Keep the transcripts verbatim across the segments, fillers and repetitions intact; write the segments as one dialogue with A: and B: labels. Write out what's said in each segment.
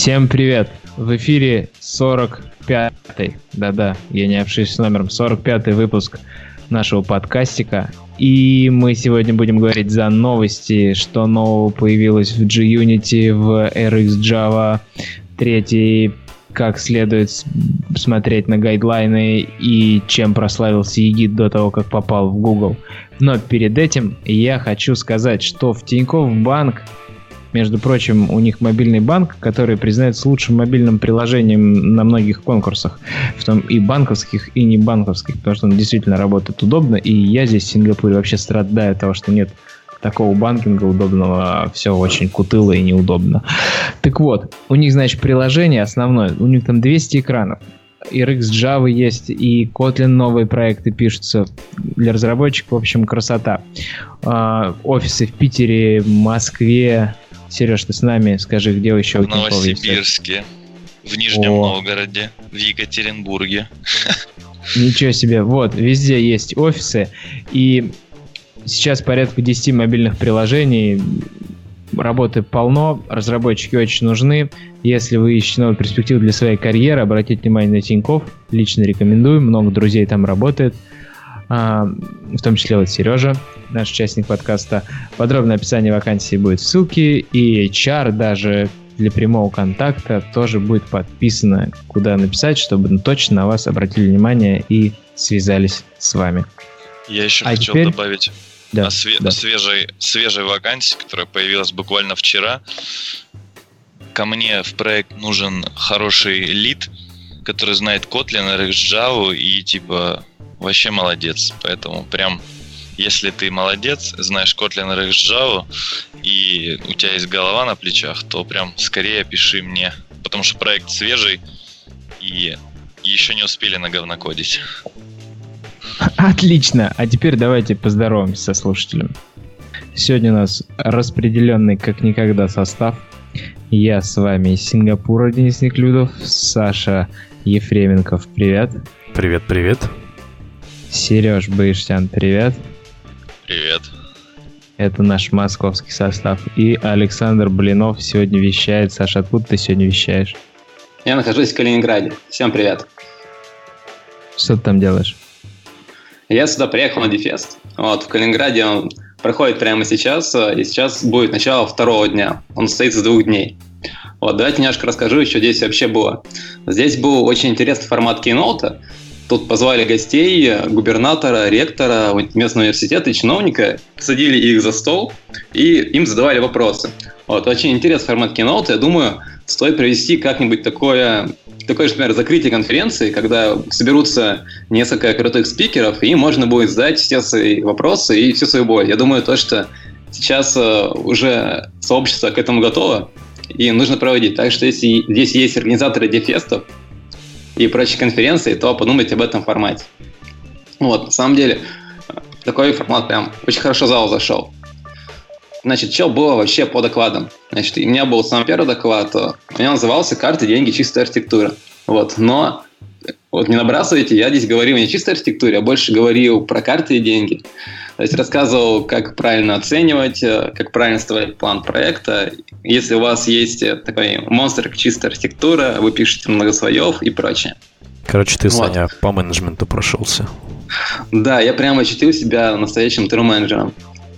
A: Всем привет! В эфире сорок пятый, да-да, я не ошибся с номером, сорок пятый выпуск нашего подкастика. И мы сегодня будем говорить за новости, что нового появилось в JUnity, в эр икс Java три, как следует смотреть на гайдлайны и чем прославился Егид до того, как попал в Google. Но перед этим я хочу сказать, что в Тинькофф Банк, между прочим, у них мобильный банк, который признается лучшим мобильным приложением на многих конкурсах, в том и банковских, и не банковских, потому что он действительно работает удобно, и я здесь в Сингапуре вообще страдаю от того, что нет такого банкинга удобного, все очень кутыло и неудобно. Так вот, у них, значит, приложение основное, у них там двести экранов. эр икс Java есть, и Kotlin новые проекты пишутся для разработчиков, в общем, красота. Офисы в Питере, Москве. Сереж, ты с нами, скажи, где вы еще?
B: В Новосибирске, в Нижнем О. Новгороде, в Екатеринбурге.
A: Ничего себе, вот, везде есть офисы, и сейчас порядка десять мобильных приложений, работы полно, разработчики очень нужны. Если вы ищете новые перспективы для своей карьеры, обратите внимание на Тинькофф, лично рекомендую, много друзей там работает, в том числе вот Сережа, наш участник подкаста. Подробное описание вакансии будет в ссылке, и эйч ар даже для прямого контакта тоже будет подписано, куда написать, чтобы точно на вас обратили внимание и связались с вами.
B: Я еще а хотел теперь... добавить да, о, све- да. о свежей, свежей вакансии, которая появилась буквально вчера. Ко мне в проект нужен хороший лид, который знает Kotlin, эр икс Java и типа вообще молодец. Поэтому прям, если ты молодец, знаешь Kotlin, эр икс Java и у тебя есть голова на плечах, то прям скорее пиши мне, потому что проект свежий и еще не успели наговнокодить.
A: Отлично, а теперь давайте поздороваемся со слушателем. Сегодня у нас распределенный как никогда состав. Я с вами из Сингапура, Денис Неклюдов, Саша Ефременков, привет.
C: Привет-привет.
A: Сереж Баиштян, привет.
B: Привет.
A: Это наш московский состав. И Александр Блинов сегодня вещает. Саша, откуда ты сегодня вещаешь?
D: Я нахожусь в Калининграде. Всем привет.
A: Что ты там делаешь?
D: Я сюда приехал на Дефест. Вот, в Калининграде он проходит прямо сейчас, и сейчас будет начало второго дня. Он состоит из двух дней. Вот, давайте немножко расскажу, что здесь вообще было. Здесь был очень интересный формат кейноута. Тут позвали гостей, губернатора, ректора местного университета и чиновника, садили их за стол и им задавали вопросы. Вот, очень интересный формат кейноута. Я думаю, стоит провести как-нибудь такое, такое же, например, закрытие конференции, когда соберутся несколько крутых спикеров, и можно будет задать все свои вопросы и всю свою боль. Я думаю, то, что сейчас уже сообщество к этому готово, и нужно проводить. Так что если здесь есть организаторы дефестов и прочие конференции, то подумайте об этом формате. Вот, на самом деле, такой формат прям очень хорошо в зал зашел. Значит, что было вообще по докладам? Значит, у меня был самый первый доклад, у меня назывался «Карты, деньги, чистая архитектура». Вот, но вот не набрасывайте, я здесь говорил не о чистой архитектуре, а больше говорил про карты и деньги. То есть рассказывал, как правильно оценивать, как правильно строить план проекта. Если у вас есть такой монстр, как чистая архитектура, вы пишете много слоев и прочее.
C: Короче, ты,
D: вот.
C: Саня, по менеджменту прошелся.
D: Да, я прямо ощутил себя настоящим тру-менеджером.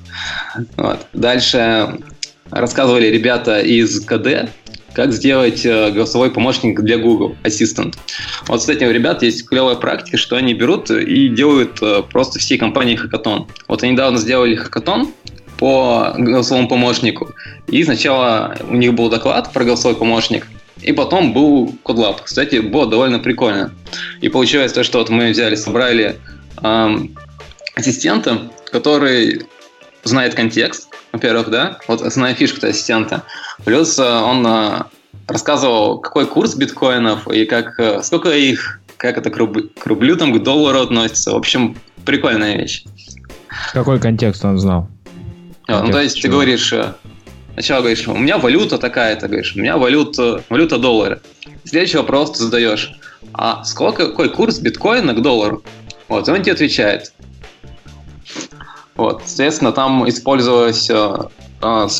D: Вот. Дальше рассказывали ребята из ка дэ, как сделать голосовой помощник для Google Assistant. Вот, кстати, у ребят есть клевая практика, что они берут и делают просто всей компании хакатон. Вот они недавно сделали хакатон по голосовому помощнику, и сначала у них был доклад про голосовой помощник, и потом был кодлаб. Кстати, было довольно прикольно. И получилось то, что вот мы взяли, собрали эм, ассистента, который знает контекст, во-первых, да, вот основная фишка ассистента. Плюс он э, рассказывал, какой курс биткоинов и как, э, сколько их, как это к, руб, к рублю, там, к доллару относится. В общем, прикольная вещь.
A: Какой контекст он знал?
D: А, ну, то есть чего? Ты говоришь, э, сначала говоришь, у меня валюта такая-то, говоришь, у меня валюта, валюта доллара. Следующий вопрос ты задаешь, а сколько, какой курс биткоина к доллару? Вот, и он тебе отвечает. Вот, соответственно, там использовалась э, э,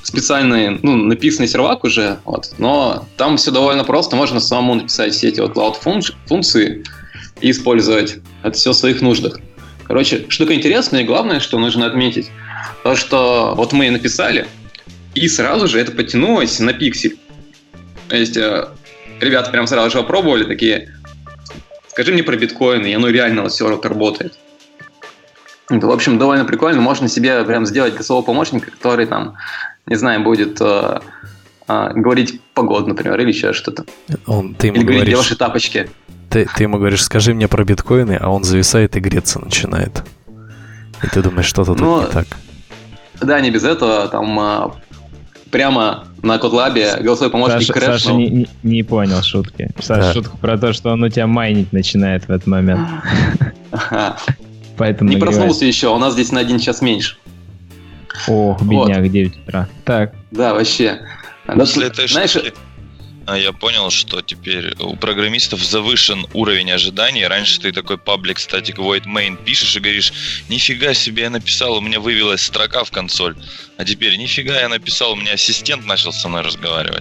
D: специальный, ну, написанный сервак уже, вот, но там все довольно просто, можно самому написать все эти вот cloud-функции и использовать это все в своих нуждах. Короче, штука интересная, и главное, что нужно отметить, то, что вот мы написали, и сразу же это потянулось на пиксель. То есть ребята прям сразу же попробовали, такие, скажи мне про биткоины, и оно реально все работает. Это, в общем, довольно прикольно. Можно себе прям сделать голосового помощника, который там, не знаю, будет э, э, говорить погоду, например, или еще что-то.
C: Он, ты ему
D: или говорить,
C: говоришь,
D: где ваши тапочки.
C: Ты, ты ему говоришь, скажи мне про биткоины, а он зависает и греться начинает. И ты думаешь, что-то тут ну, не так.
D: Да, не без этого. Там э, прямо на CodeLab голосовой помощник
A: Саша,
D: крэшнул.
A: Саша не, не, не понял шутки. Саша, да. Шутку про то, что он у тебя майнить начинает в этот момент.
D: Поэтому не проснулся еще, у нас здесь на один час меньше.
A: Ох, бедняк, вот. девять утра. Так.
D: Да, вообще.
B: После этой Знаешь... штуки я понял, что теперь у программистов завышен уровень ожиданий. Раньше ты такой public static void main пишешь и говоришь, нифига себе я написал, у меня вывелась строка в консоль. А теперь нифига я написал, у меня ассистент начал со мной разговаривать.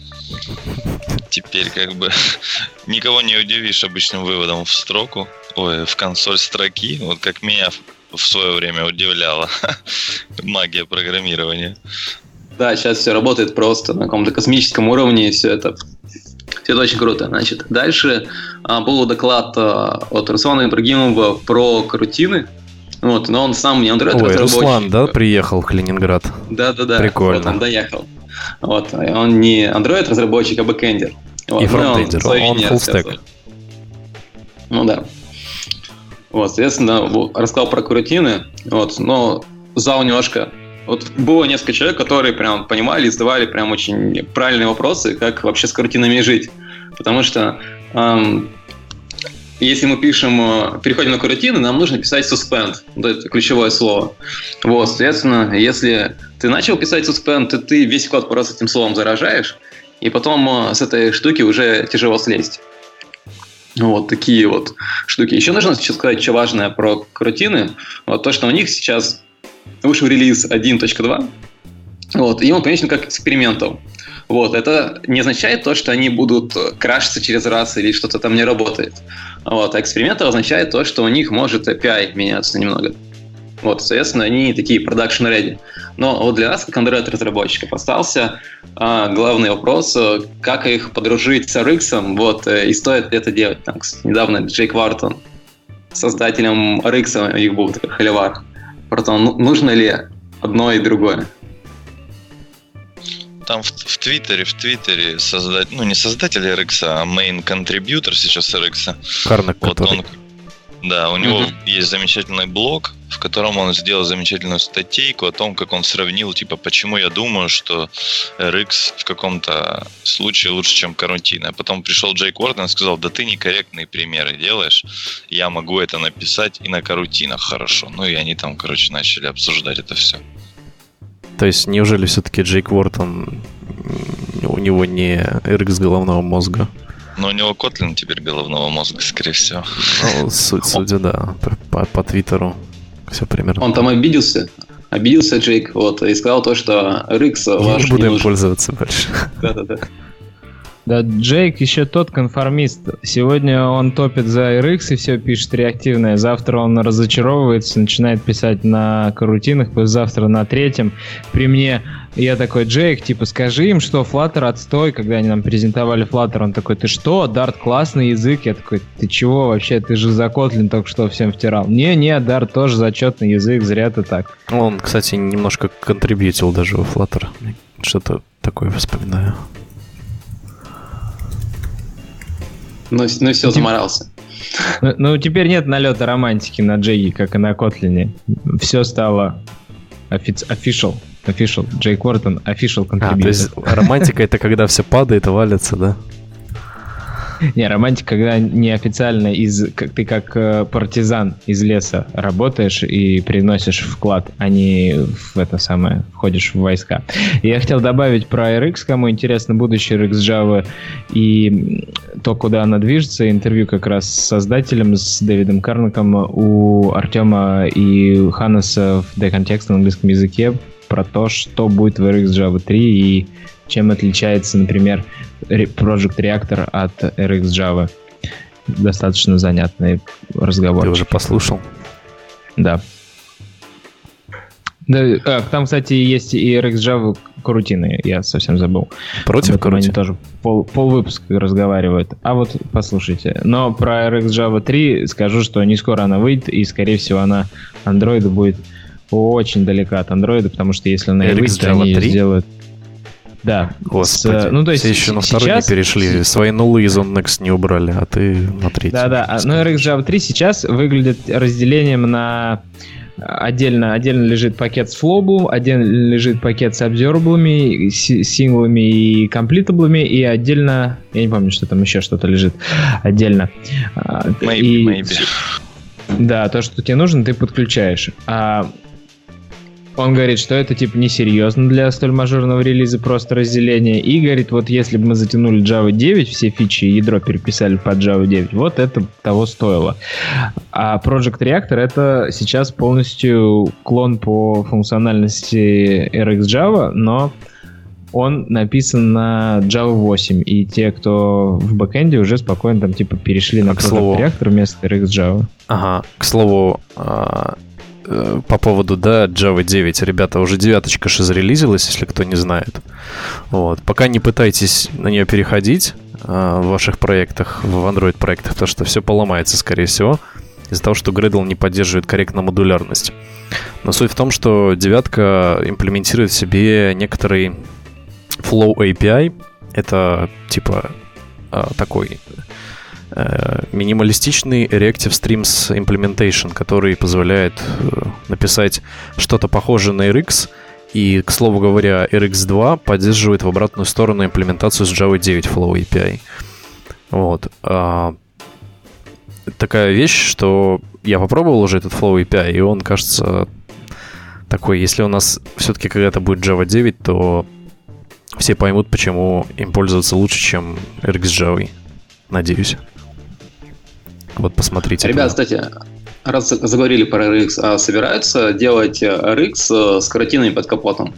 B: Теперь как бы никого не удивишь обычным выводом в строку, ой, в консоль строки, вот как меня в свое время удивляла магия программирования.
D: Да, сейчас все работает просто на каком-то космическом уровне, и все это, все это очень круто. Значит, дальше а, был доклад а, от Руслана Ибрагимова про карутины. Вот, но он сам не Android-разработчик.
C: Ой, Руслан, да, приехал в Калининград?
D: Да-да-да.
C: Прикольно.
D: Вот, он доехал. Вот, он не Android-разработчик, а бэкэндер. Вот,
C: и фронтендер, он, он фуллстек.
D: Ну да. Вот, соответственно, рассказал про карутины, вот, но зал немножко... Вот было несколько человек, которые прям понимали и задавали прям очень правильные вопросы, как вообще с карутинами жить. Потому что эм, если мы пишем, переходим на карутины, нам нужно писать suspend. Вот это ключевое слово. Вот, соответственно, если ты начал писать suspend, то ты весь код просто этим словом заражаешь, и потом с этой штуки уже тяжело слезть. Вот такие вот штуки. Еще нужно сказать, что важное про карутины. Вот то, что у них сейчас вышел релиз один точка два, вот, и он помечен как экспериментал. Вот, это не означает то, что они будут крашиться через раз или что-то там не работает. Вот, а экспериментал означает то, что у них может эй пи ай меняться немного. Вот, соответственно, они такие production ready. Но вот для нас, как Android-разработчиков, остался а, главный вопрос, как их подружить с эр икс, вот, и стоит ли это делать. Там, недавно Джейк Вартон, создателем эр икс, их был такой холивар. Потом, нужно ли одно и другое?
B: Там в, в Твиттере, в Твиттере создать, ну не создатель эр икс, а main contributor сейчас эр икс.
C: Карнак,
B: вот
C: который...
B: он, да, у него
D: Mm-hmm.
B: есть замечательный блог, в котором он сделал замечательную статейку о том, как он сравнил, типа, почему я думаю, что эр икс в каком-то случае лучше, чем карутина. А потом пришел Джейк Уортон и сказал, да ты некорректные примеры делаешь, я могу это написать и на карутинах хорошо. Ну и они там, короче, начали обсуждать это все.
C: То есть, неужели все-таки Джейк Уортон, у него не эр икс головного мозга?
B: Но у него Kotlin теперь головного мозга, скорее всего.
C: Ну, суть, судя, да, по, по Твиттеру все примерно.
D: Он там обиделся, обиделся Джейк, вот, и сказал то, что эр икс
C: Я
D: ваш
C: не буду
D: не
C: им
D: нужен.
C: пользоваться больше.
D: Да-да-да.
A: Да, Джейк еще тот конформист. Сегодня он топит за эр икс и все пишет реактивное. Завтра он разочаровывается, начинает писать на карутинах, завтра на третьем. При мне я такой, Джейк, типа, скажи им, что Flutter отстой. Когда они нам презентовали Flutter, он такой, ты что, Dart классный язык? Я такой, ты чего вообще? Ты же за Kotlin только что всем втирал. Не-не, Dart тоже зачетный язык, зря ты так.
C: Он, кстати, немножко контрибьютил даже во Flutter. Что-то такое вспоминаю.
D: Ну, ну все, заморался.
A: Ну, ну, теперь нет налета романтики на Джейге, как и на Котлине. Все стало офи- official. Official. Джейк Уортон official contributor.
C: А, то есть романтика — это когда все падает и валится, да?
A: Не, романтика, когда неофициально из, как ты как э, партизан из леса работаешь и приносишь вклад, а не в это самое, входишь в войска. И я хотел добавить про эр икс, кому интересно будущее эр икс Java и то, куда она движется. Интервью как раз с создателем, с Дэвидом Карнаком у Артема и Ханнеса в D-контекст на английском языке про то, что будет в эр икс Java три и чем отличается, например, Project Reactor от эр икс Java. Достаточно занятный разговор.
C: Ты уже послушал?
A: Да. Да, а, там, кстати, есть и эр икс Java корутины, я совсем забыл.
C: Против корутин?
A: Они тоже пол, пол выпуска разговаривают. А вот послушайте. Но про эр икс Java три скажу, что не скоро она выйдет, и, скорее всего, она Android будет очень далека от Android, потому что если она и выйдет, они ее сделают... Да.
C: Господи,
A: с, ну, то есть
C: все еще на второй
A: сейчас...
C: не перешли, свои нулы из OnNext не убрали, а ты на третий.
A: Да-да, но эр икс Java три сейчас выглядит разделением на... Отдельно, отдельно лежит пакет с флобу, отдельно лежит пакет с обзерваблами, синглами и комплитаблами, и отдельно, я не помню, что там еще что-то лежит отдельно.
B: Maybe,
A: и,
B: maybe.
A: Да, то, что тебе нужно, ты подключаешь. А он говорит, что это типа несерьезно для столь мажорного релиза, просто разделение. И говорит, вот если бы мы затянули Java девять, все фичи и ядро переписали под Java девять, вот это того стоило. А Project Reactor это сейчас полностью клон по функциональности эр икс Java, но он написан на Java восемь. И те, кто в бэкэнде, уже спокойно там типа перешли а на Project слову... Reactor вместо эр икс Java.
C: Ага, к слову, по поводу, да, Java девять, ребята, уже девяточка же зарелизилась, если кто не знает. Вот. Пока не пытайтесь на нее переходить а, в ваших проектах, в Android-проектах, потому что все поломается, скорее всего, из-за того, что Gradle не поддерживает корректно модулярность. Но суть в том, что девятка имплементирует в себе некоторый Flow эй пи ай. Это типа а, такой... минималистичный Reactive Streams Implementation, который позволяет написать что-то похожее на эр икс. И, к слову говоря, эр икс два поддерживает в обратную сторону имплементацию с Java девять Flow эй пи ай. Вот. А, такая вещь, что я попробовал уже этот Flow эй пи ай, и он, кажется, такой, если у нас все-таки когда-то будет Java девять, то все поймут, почему им пользоваться лучше, чем эр икс Java. Надеюсь. Вот посмотрите.
D: Ребят, туда. Кстати, раз заговорили про эр икс, а собираются делать эр икс с каротинами под капотом?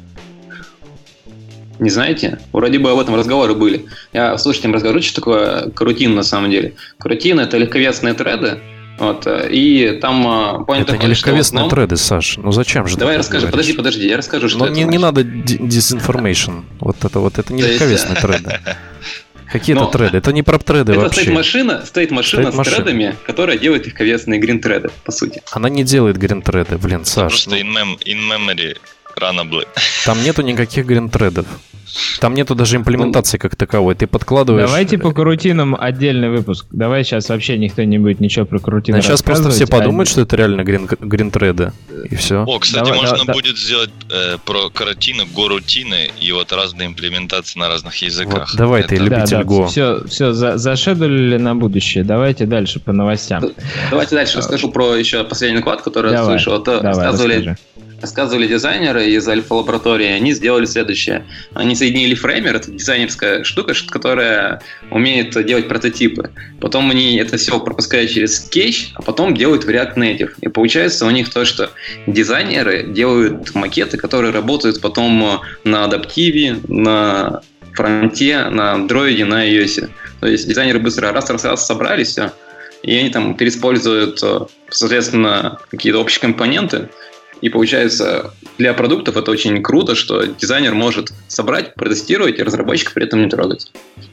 D: Не знаете? Вроде бы об этом разговоры были. Я слушателям расскажу, что такое каротин на самом деле. Каротин — это легковесные треды. Вот, и там...
C: Это такое, не легковесные основном... треды, Саш. Ну зачем же?
D: Давай расскажу. Подожди, подожди, я расскажу, что
C: Но
D: это
C: не, не надо disinformation. Вот это вот, это не да легковесные треды. Какие-то Но треды. Это не про треды это вообще.
D: Это стоит машина, стоит машина стоит с машина. Тредами, которая делает легковесные грин-треды, по сути.
C: Она не делает грин-треды, блин, Саш.
B: Просто ну... in, mem- in memory runnable.
C: Там нету никаких грин-тредов. Там нету даже имплементации как таковой. Ты подкладываешь...
A: Давайте по карутинам отдельный выпуск. Давай сейчас вообще никто не будет ничего про карутины
C: рассказывать. Сейчас просто все подумают, а... что это реально грин, грин-треды. И все.
B: О, кстати,
A: давай,
B: можно
A: да,
B: будет да. сделать э, про карутины, горутины и вот разные имплементации на разных языках.
C: Вот, давай это... ты, любитель
A: да,
C: Go.
A: Да, все, все за, зашедулили на будущее. Давайте дальше по новостям.
D: Давайте дальше расскажу про еще последний доклад, который
A: давай,
D: я слышал. Это
A: давай,
D: рассказывали... Рассказывали дизайнеры из альфа-лаборатории, они сделали следующее. Они соединили фреймер, это дизайнерская штука, которая умеет делать прототипы. Потом они это все пропускают через Sketch, а потом делают в React Native. И получается у них то, что дизайнеры делают макеты, которые работают потом на адаптиве, на фронте, на андроиде, на iOS. То есть дизайнеры быстро раз-раз-раз собрали все, и они там переиспользуют, соответственно, какие-то общие компоненты. И получается, для продуктов это очень круто, что дизайнер может собрать, протестировать, и разработчик при этом не трогать.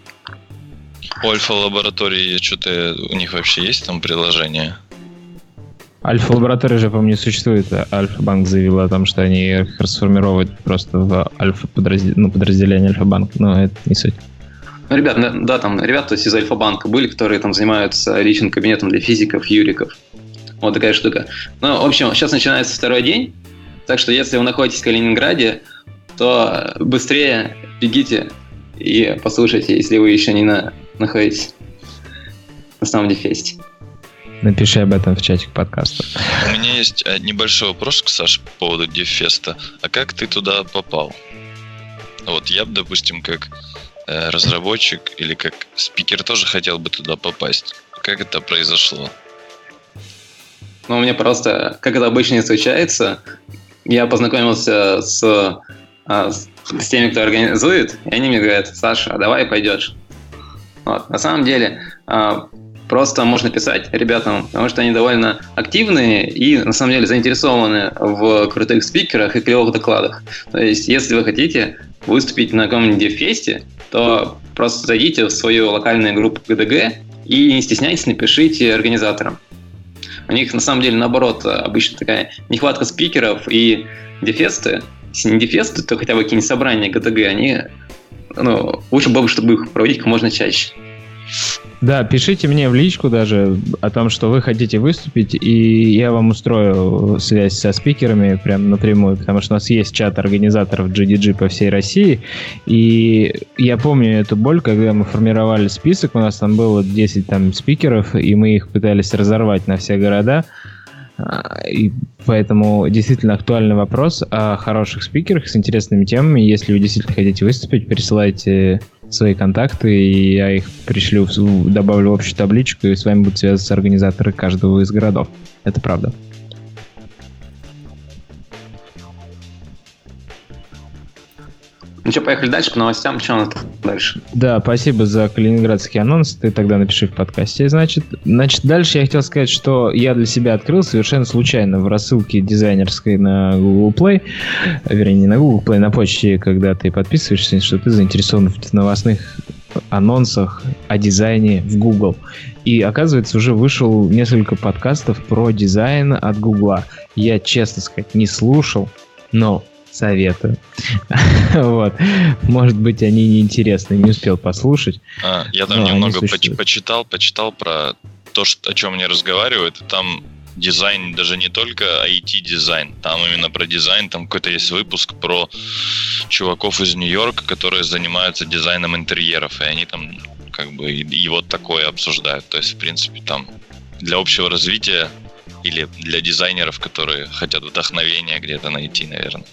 B: У Альфа-лаборатории что-то у них вообще есть там приложение?
A: Альфа-лаборатория же, по-моему, не существует. Альфа-банк заявила о том, что они их расформировывают просто в альфа-подраздел... ну, подразделение Альфа-банк, но это не суть.
D: Ну, ребят, да, там ребята из Альфа-банка были, которые там занимаются личным кабинетом для физиков, юриков. Вот такая штука. Ну, в общем, сейчас начинается второй день, так что если вы находитесь в Калининграде, то быстрее бегите и послушайте, если вы еще не на... находитесь на самом дефесте.
A: Напиши об этом в чатик подкаста.
B: У меня есть небольшой вопрос к Саше по поводу дефеста. А как ты туда попал? Вот я бы, допустим, как э, разработчик или как спикер тоже хотел бы туда попасть. Как это произошло?
D: Ну, у меня просто, как это обычно и случается, я познакомился с, с, с теми, кто организует, и они мне говорят: Саша, а давай пойдешь. Вот. На самом деле, просто можно писать ребятам, потому что они довольно активные и, на самом деле, заинтересованы в крутых спикерах и клевых докладах. То есть, если вы хотите выступить на каком-нибудь девфесте, то просто зайдите в свою локальную группу ГДГ и не стесняйтесь, напишите организаторам. У них, на самом деле, наоборот, обычно такая нехватка спикеров, и дефесты, если не дефесты, то хотя бы какие-нибудь собрания ГДГ, они, ну, лучше было бы, чтобы их проводить как можно чаще.
A: Да, пишите мне в личку даже о том, что вы хотите выступить, и я вам устрою связь со спикерами прям напрямую, потому что у нас есть чат организаторов джи ди джи по всей России, и я помню эту боль, когда мы формировали список, у нас там было десять там спикеров, и мы их пытались разорвать на все города, и поэтому действительно актуальный вопрос о хороших спикерах с интересными темами. Если вы действительно хотите выступить, присылайте свои контакты, и я их пришлю, добавлю в общую табличку, и с вами будут связываться организаторы каждого из городов. Это правда.
D: Ну что, поехали дальше по новостям. Что у нас дальше?
A: Да, спасибо за калининградский анонс. Ты тогда напиши в подкасте. Значит, значит, дальше я хотел сказать, что я для себя открыл совершенно случайно в рассылке дизайнерской на Google Play, вернее, не на Google Play, на почте, когда ты подписываешься, что ты заинтересован в новостных анонсах о дизайне в Google. И, оказывается, уже вышел несколько подкастов про дизайн от Google. Я, честно сказать, не слушал, но советую. Вот. Может быть, они неинтересны, не успел послушать.
B: А, я там немного поч- почитал, почитал про то, что, о чем они разговаривают. Там дизайн даже не только ай ти-дизайн, там именно про дизайн. Там какой-то есть выпуск про чуваков из Нью-Йорка, которые занимаются дизайном интерьеров, и они там как бы и, и вот такое обсуждают. То есть, в принципе, там для общего развития или для дизайнеров, которые хотят вдохновения где-то найти, наверное.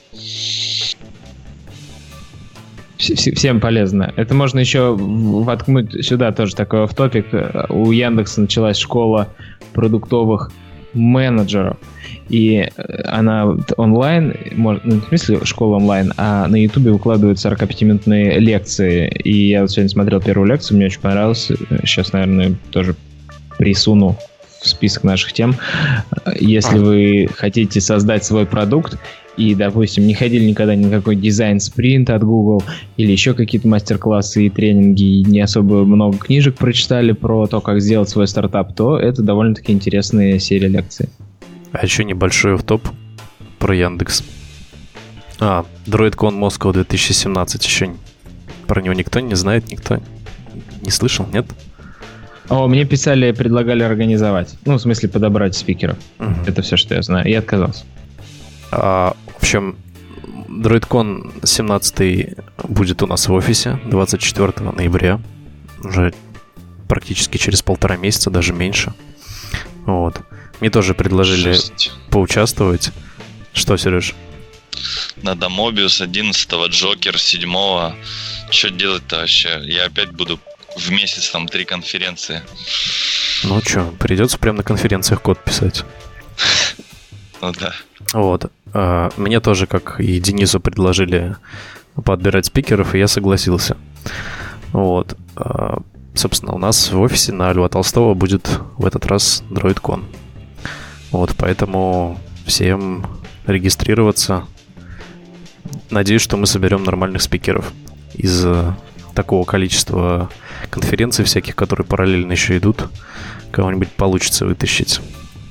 A: Всем полезно. Это можно еще воткнуть сюда тоже такой офф-топик. У Яндекса началась школа продуктовых менеджеров. И она онлайн, ну, в смысле школа онлайн, а на Ютубе выкладывают сорокапятиминутные лекции. И я вот сегодня смотрел первую лекцию, мне очень понравилось. Сейчас, наверное, тоже присуну в список наших тем. Если вы хотите создать свой продукт и, допустим, не ходили никогда ни на какой дизайн-спринт от Google или еще какие-то мастер-классы и тренинги, и не особо много книжек прочитали про то, как сделать свой стартап, то это довольно-таки интересная серия лекций.
C: А еще небольшой офф-топ про Яндекс. А, DroidCon Moscow две тысячи семнадцать еще про него никто не знает, никто не слышал, нет?
A: О, мне писали, предлагали организовать. Ну, в смысле, подобрать спикеров. Uh-huh. Это все, что я знаю. Я отказался.
C: А, в общем, DroidCon семнадцатый будет у нас в офисе двадцать четвёртого ноября. Уже практически через полтора месяца, даже меньше. Вот. Мне тоже предложили Шесть. поучаствовать. Что, Сереж?
B: Надо Mobius одиннадцатого, Джокер седьмого. Что делать-то вообще? Я опять буду в месяц там три конференции.
C: Ну что, придется прямо на конференциях код писать.
B: Ну да.
C: Вот. Мне тоже, как и Денису, предложили подбирать спикеров, и я согласился. Вот. Собственно, у нас в офисе на Льва Толстого будет в этот раз DroidCon. Вот, поэтому всем регистрироваться. Надеюсь, что мы соберем нормальных спикеров из такого количества конференций всяких, которые параллельно еще идут. Кого-нибудь получится вытащить.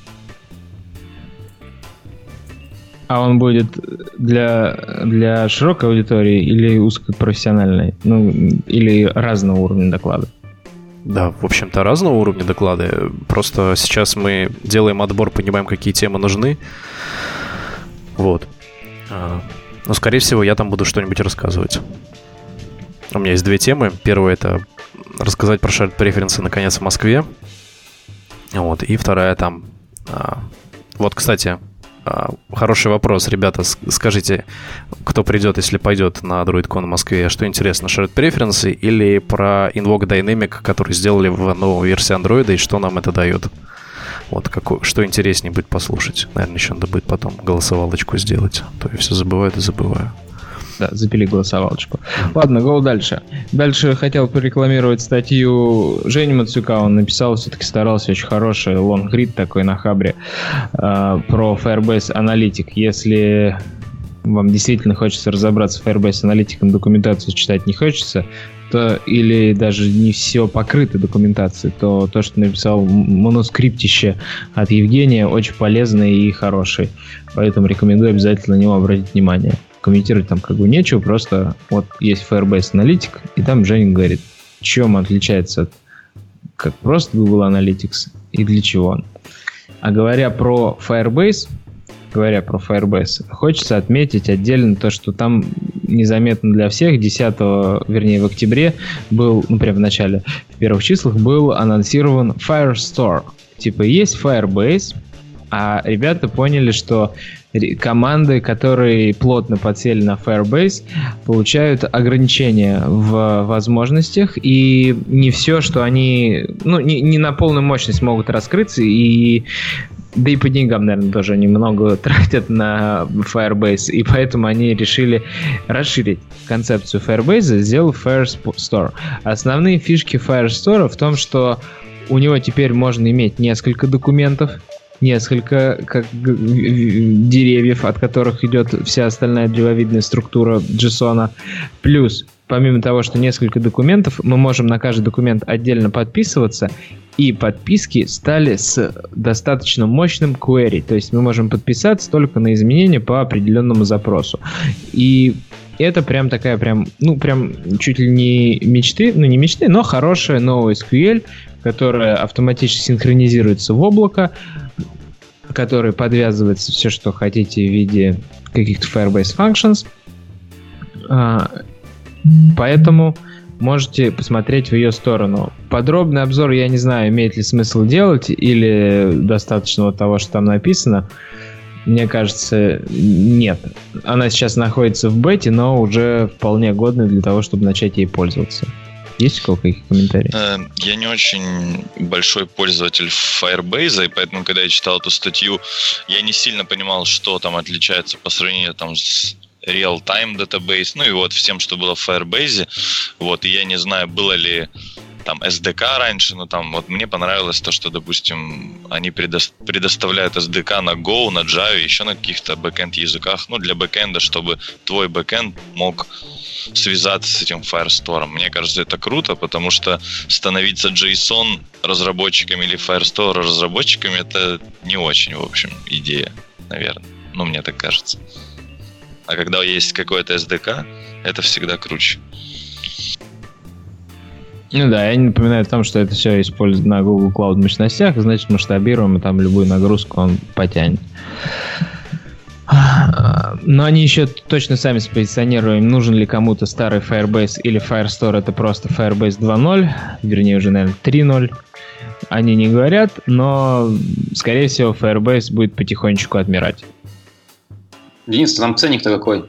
A: А он будет для, для широкой аудитории или узкопрофессиональной? Ну, или разного уровня доклада?
C: Да, в общем-то, разного уровня доклады. Просто сейчас мы делаем отбор, понимаем, какие темы нужны. Вот. Но, скорее всего, я там буду что-нибудь рассказывать. У меня есть две темы. Первая — это рассказать про shared преференсы наконец в Москве. Вот. И вторая там... Вот, кстати, хороший вопрос, ребята. Скажите, кто придет, если пойдет на DroidCon в Москве, что интересно, shared преференсы или про Invoke Dynamic, который сделали в новой версии Android, и что нам это дает? Вот какой, что интереснее будет послушать. Наверное, еще надо будет потом голосовалочку сделать. А то я все забываю и забываю.
A: Да, запили голосовалочку. Ладно, go дальше. Дальше хотел порекламировать статью Жени Мацюка. Он написал, все-таки старался, очень хороший лонгрид такой на Хабре э, про Firebase Analytic. Если вам действительно хочется разобраться в Firebase Analytic, документацию читать не хочется, то, или даже не все покрыто документацией, то то, что написал манускриптище от Евгения, очень полезный и хороший. Поэтому рекомендую обязательно на него обратить внимание. Комментировать там как бы нечего, просто вот есть Firebase Analytic, и там Женя говорит, чем отличается от как просто Google Analytics и для чего он. А говоря про Firebase, говоря про Firebase, хочется отметить отдельно то, что там незаметно для всех десятого, вернее в октябре был, ну прям в начале, в первых числах был анонсирован Firestore. Типа есть Firebase, а ребята поняли, что команды, которые плотно подсели на Firebase, получают ограничения в возможностях, и не все, что они, ну, не, не на полную мощность могут раскрыться, и да и по деньгам, наверное, тоже они много тратят на Firebase, и поэтому они решили расширить концепцию Firebase, сделав Firestore. Основные фишки Firestore в том, что у него теперь можно иметь несколько документов, несколько как деревьев, от которых идет вся остальная древовидная структура JSON. Плюс, помимо того, что несколько документов, мы можем на каждый документ отдельно подписываться, и подписки стали с достаточно мощным query. То есть мы можем подписаться только на изменения по определенному запросу. И это прям такая прям, ну прям чуть ли не мечты, ну не мечты, но хорошая NoSQL, которая автоматически синхронизируется в облако, который подвязывается все, что хотите в виде каких-то Firebase Functions. Поэтому можете посмотреть в ее сторону. Подробный обзор, я не знаю, имеет ли смысл делать, или достаточно вот того, что там написано. Мне кажется, нет. Она сейчас находится в бете, но уже вполне годная для того, чтобы начать ей пользоваться. Есть у какие комментарии?
B: Я не очень большой пользователь Firebase, и поэтому, когда я читал эту статью, я не сильно понимал, что там отличается по сравнению там, с Real-Time Database, ну и вот всем, что было в Firebase. Вот, и я не знаю, было ли там эс ди кей раньше, но там вот мне понравилось то, что, допустим, они предо- предоставляют эс ди кей на Go, на Java, еще на каких-то бэкэнд языках, ну, для бэкэнда, чтобы твой бэкэнд мог связаться с этим Firestore. Мне кажется, это круто, потому что становиться JSON разработчиками или Firestore разработчиками — это не очень, в общем, идея, наверное. Ну, мне так кажется. А когда есть какой-то эс ди кей, это всегда круче.
A: Ну да, я не напоминаю о том, что это все используется на Google Cloud мощностях, значит, масштабируем, и там любую нагрузку он потянет. Но они еще точно сами спозиционируют, нужен ли кому-то старый Firebase или Firestore, это просто Firebase два ноль, вернее уже, наверное, три ноль. Они не говорят, но, скорее всего, Firebase будет потихонечку отмирать.
D: Денис, там ценник-то какой?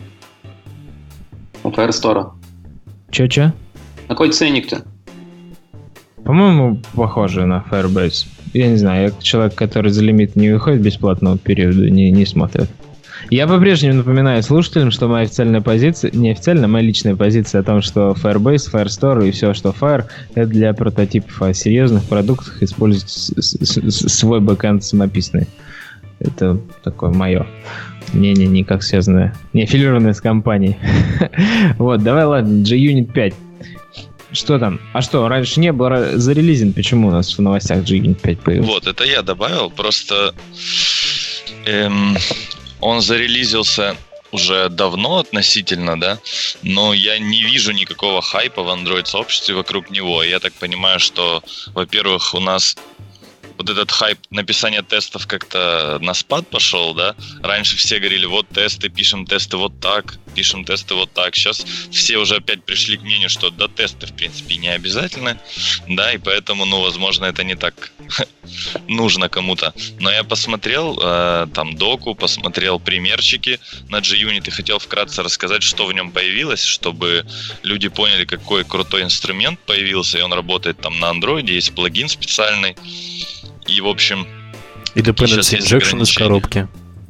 D: У Firestore.
A: Че-че?
D: Какой ценник-то?
A: По-моему, похоже на Firebase. Я не знаю, я человек, который за лимит не выходит бесплатного периода, не, не смотрит. Я по-прежнему напоминаю слушателям, что моя официальная позиция, не официальная, моя личная позиция о том, что Firebase, Firestore и все, что Fire, это для прототипов, а серьезных продуктах использовать свой бэкэнд самописный. Это такое мое мнение, никак связанное, не аффилированное с компанией. Вот, давай, ладно, JUnit пять. Что там? А что, раньше не было зарелизен? Почему у нас в новостях JUnit пять появился?
B: Вот, это я добавил, просто эм, он зарелизился уже давно относительно, да, но я не вижу никакого хайпа в Android-сообществе вокруг него. Я так понимаю, что, во-первых, у нас вот этот хайп написания тестов как-то на спад пошел, да? Раньше все говорили, вот тесты, пишем тесты вот так, пишем тесты вот так. Сейчас все уже опять пришли к мнению, что да, тесты, в принципе, не обязательны, да, и поэтому, ну, возможно, это не так нужно кому-то. Но я посмотрел э, там доку, посмотрел примерчики на JUnit и хотел вкратце рассказать, что в нем появилось, чтобы люди поняли, какой крутой инструмент появился, и он работает там на Android, есть плагин специальный. И, в общем...
C: И dependency injection из коробки.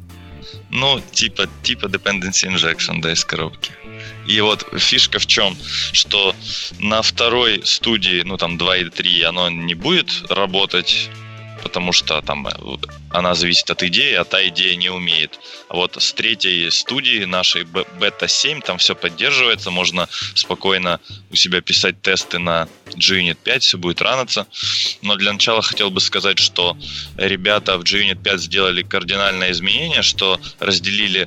B: Ну, типа, типа dependency injection, да, из коробки. И вот фишка в чем, что на второй студии, ну там два и три, оно не будет работать, потому что там она зависит от идеи, а та идея не умеет. А вот с третьей студии нашей бета семь там все поддерживается, можно спокойно у себя писать тесты на джи юнит пять, все будет раниться. Но для начала хотел бы сказать, что ребята в джи юнит пять сделали кардинальное изменение, что разделили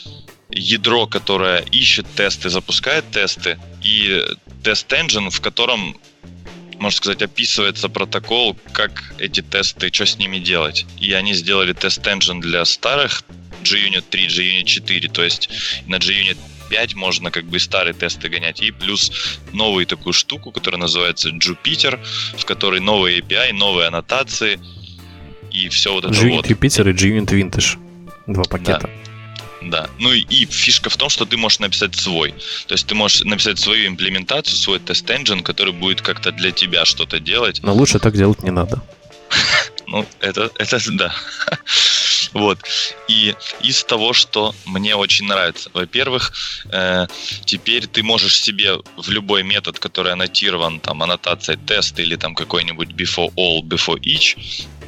B: ядро, которое ищет тесты, запускает тесты, и тест-энджин, в котором, можно сказать, описывается протокол, как эти тесты, что с ними делать. И они сделали тест-энджин для старых джи юнит три, джи юнит четыре, то есть на джи юнит пять можно как бы и старые тесты гонять, и плюс новую такую штуку, которая называется Jupyter, в которой новые эй пи ай, новые аннотации и все вот это
C: джи юнит
B: вот.
C: Jupyter и джи юнит Vintage. Два пакета.
B: Да. Да, ну и, и фишка в том, что ты можешь написать свой. То есть ты можешь написать свою имплементацию, свой тест-энджин, который будет как-то для тебя что-то делать.
C: Но лучше так делать не надо.
B: Ну, это, это да. Вот. И из того, что мне очень нравится. Во-первых, э, теперь ты можешь себе в любой метод, который аннотирован, там, аннотацией тест или там какой-нибудь before all, before each,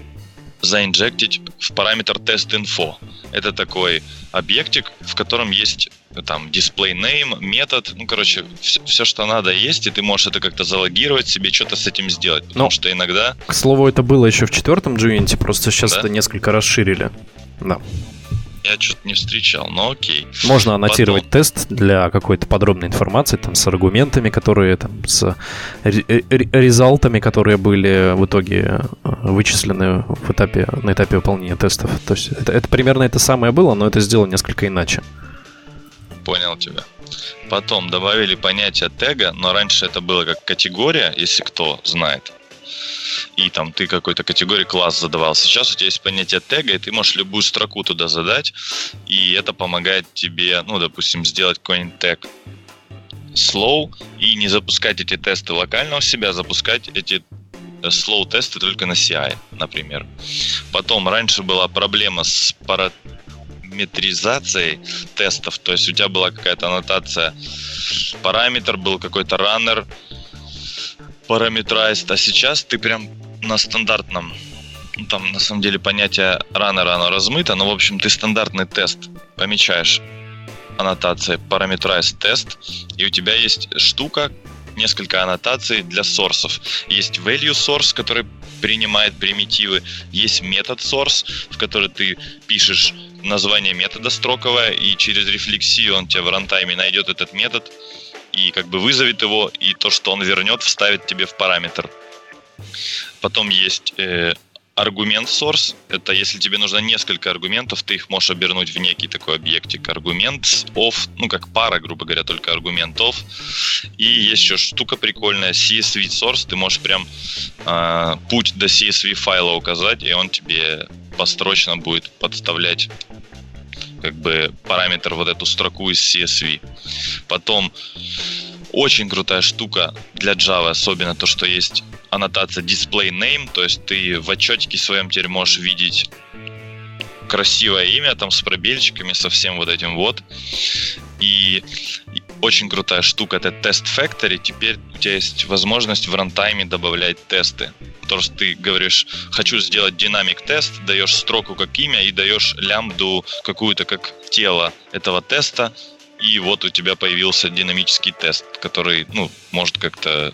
B: заинжектить в параметр test.info. Это такой объектик, в котором есть там display name, метод, ну, короче, все, все, что надо, есть, и ты можешь это как-то залогировать себе, что-то с этим сделать. Потому ну, что иногда...
C: К слову, это было еще в четвертом джи юнит, просто сейчас да? это несколько расширили. Да.
B: Я что-то не встречал, но окей.
C: Можно аннотировать Потом... тест для какой-то подробной информации, там, с аргументами, которые там, с результатами, которые были в итоге вычислены в этапе, на этапе выполнения тестов. То есть это, это примерно это самое было, но это сделано несколько иначе.
B: Понял тебя. Потом добавили понятие тега, но раньше это было как категория, если кто знает. И там ты какой-то категории класс задавал. Сейчас у тебя есть понятие тега, и ты можешь любую строку туда задать, и это помогает тебе, ну, допустим, сделать какой-нибудь тег slow и не запускать эти тесты локально у себя, запускать эти slow тесты только на си ай, например. Потом раньше была проблема с параметризацией тестов, то есть у тебя была какая-то аннотация, параметр был какой-то раннер, parameterized, а сейчас ты прям на стандартном, ну, там на самом деле понятие раннера, оно размыто, но в общем ты стандартный тест помечаешь аннотацией parameterized тест, и у тебя есть штука, несколько аннотаций для сорсов. Есть value source, который принимает примитивы, есть метод source, в который ты пишешь название метода строковое, и через рефлексию он тебе в рантайме найдет этот метод, и как бы вызовет его, и то, что он вернет, вставит тебе в параметр. Потом есть э, аргумент source. Это если тебе нужно несколько аргументов, ты их можешь обернуть в некий такой объектик. Аргумент of, ну как пара, грубо говоря, только аргумент of. И есть еще штука прикольная, си эс ви source. Ты можешь прям э, путь до си эс ви файла указать, и он тебе построчно будет подставлять как бы параметр, вот эту строку из си эс ви. Потом очень крутая штука для Java, особенно то, что есть аннотация display name, то есть ты в отчетике своем теперь можешь видеть красивое имя там с пробельчиками, со всем вот этим вот. И очень крутая штука — это Test Factory. Теперь у тебя есть возможность в рантайме добавлять тесты. То, что ты говоришь, хочу сделать динамик тест, даешь строку как имя и даешь лямбду какую-то как тело этого теста, и вот у тебя появился динамический тест, который, ну, может как-то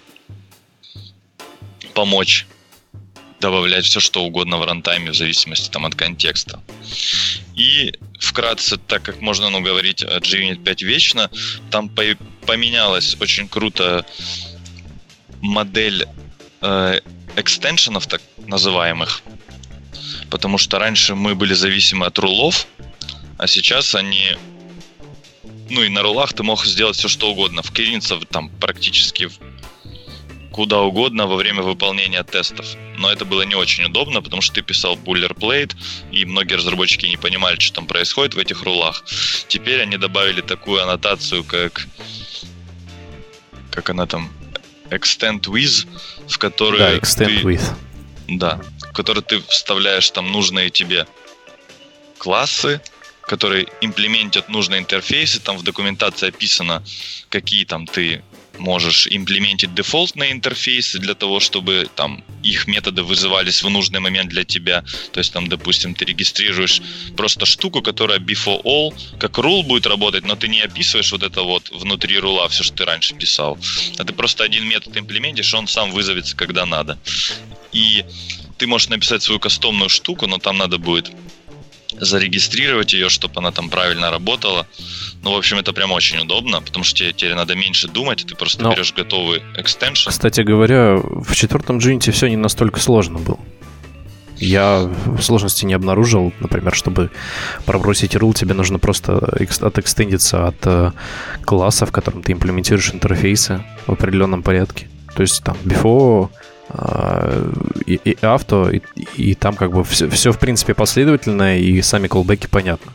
B: помочь добавлять все, что угодно в рантайме в зависимости там от контекста. И вкратце, так как можно, ну, говорить о джи юнит пять вечно, там по- поменялась очень круто модель э, экстеншенов, так называемых, потому что раньше мы были зависимы от рулов, а сейчас они, ну, и на рулах ты мог сделать все, что угодно, вклиниться там практически куда угодно во время выполнения тестов. Но это было не очень удобно, потому что ты писал boilerplate, и многие разработчики не понимали, что там происходит в этих рулах. Теперь они добавили такую аннотацию, как как она там, extend with, в которой
C: да, extend
B: ты,
C: with.
B: Да, который ты вставляешь там нужные тебе классы, которые имплементят нужные интерфейсы. Там в документации описано, какие там ты можешь имплементить дефолтные интерфейсы для того, чтобы там их методы вызывались в нужный момент для тебя. То есть там, допустим, ты регистрируешь просто штуку, которая before all, как rule будет работать, но ты не описываешь вот это вот внутри рула, все, что ты раньше писал. А ты просто один метод имплементишь, и он сам вызовется, когда надо. И ты можешь написать свою кастомную штуку, но там надо будет зарегистрировать ее, чтобы она там правильно работала. Ну, в общем, это прям очень удобно, потому что тебе теперь надо меньше думать, ты просто Но, берешь готовый экстеншн.
C: Кстати говоря, в четвертом Unity все не настолько сложно было. Я сложности не обнаружил. Например, чтобы пробросить рул, тебе нужно просто отэкстендиться от класса, в котором ты имплементируешь интерфейсы в определенном порядке. То есть там before, и, и авто, и, и там как бы все, все в принципе последовательно, и сами колбеки понятны.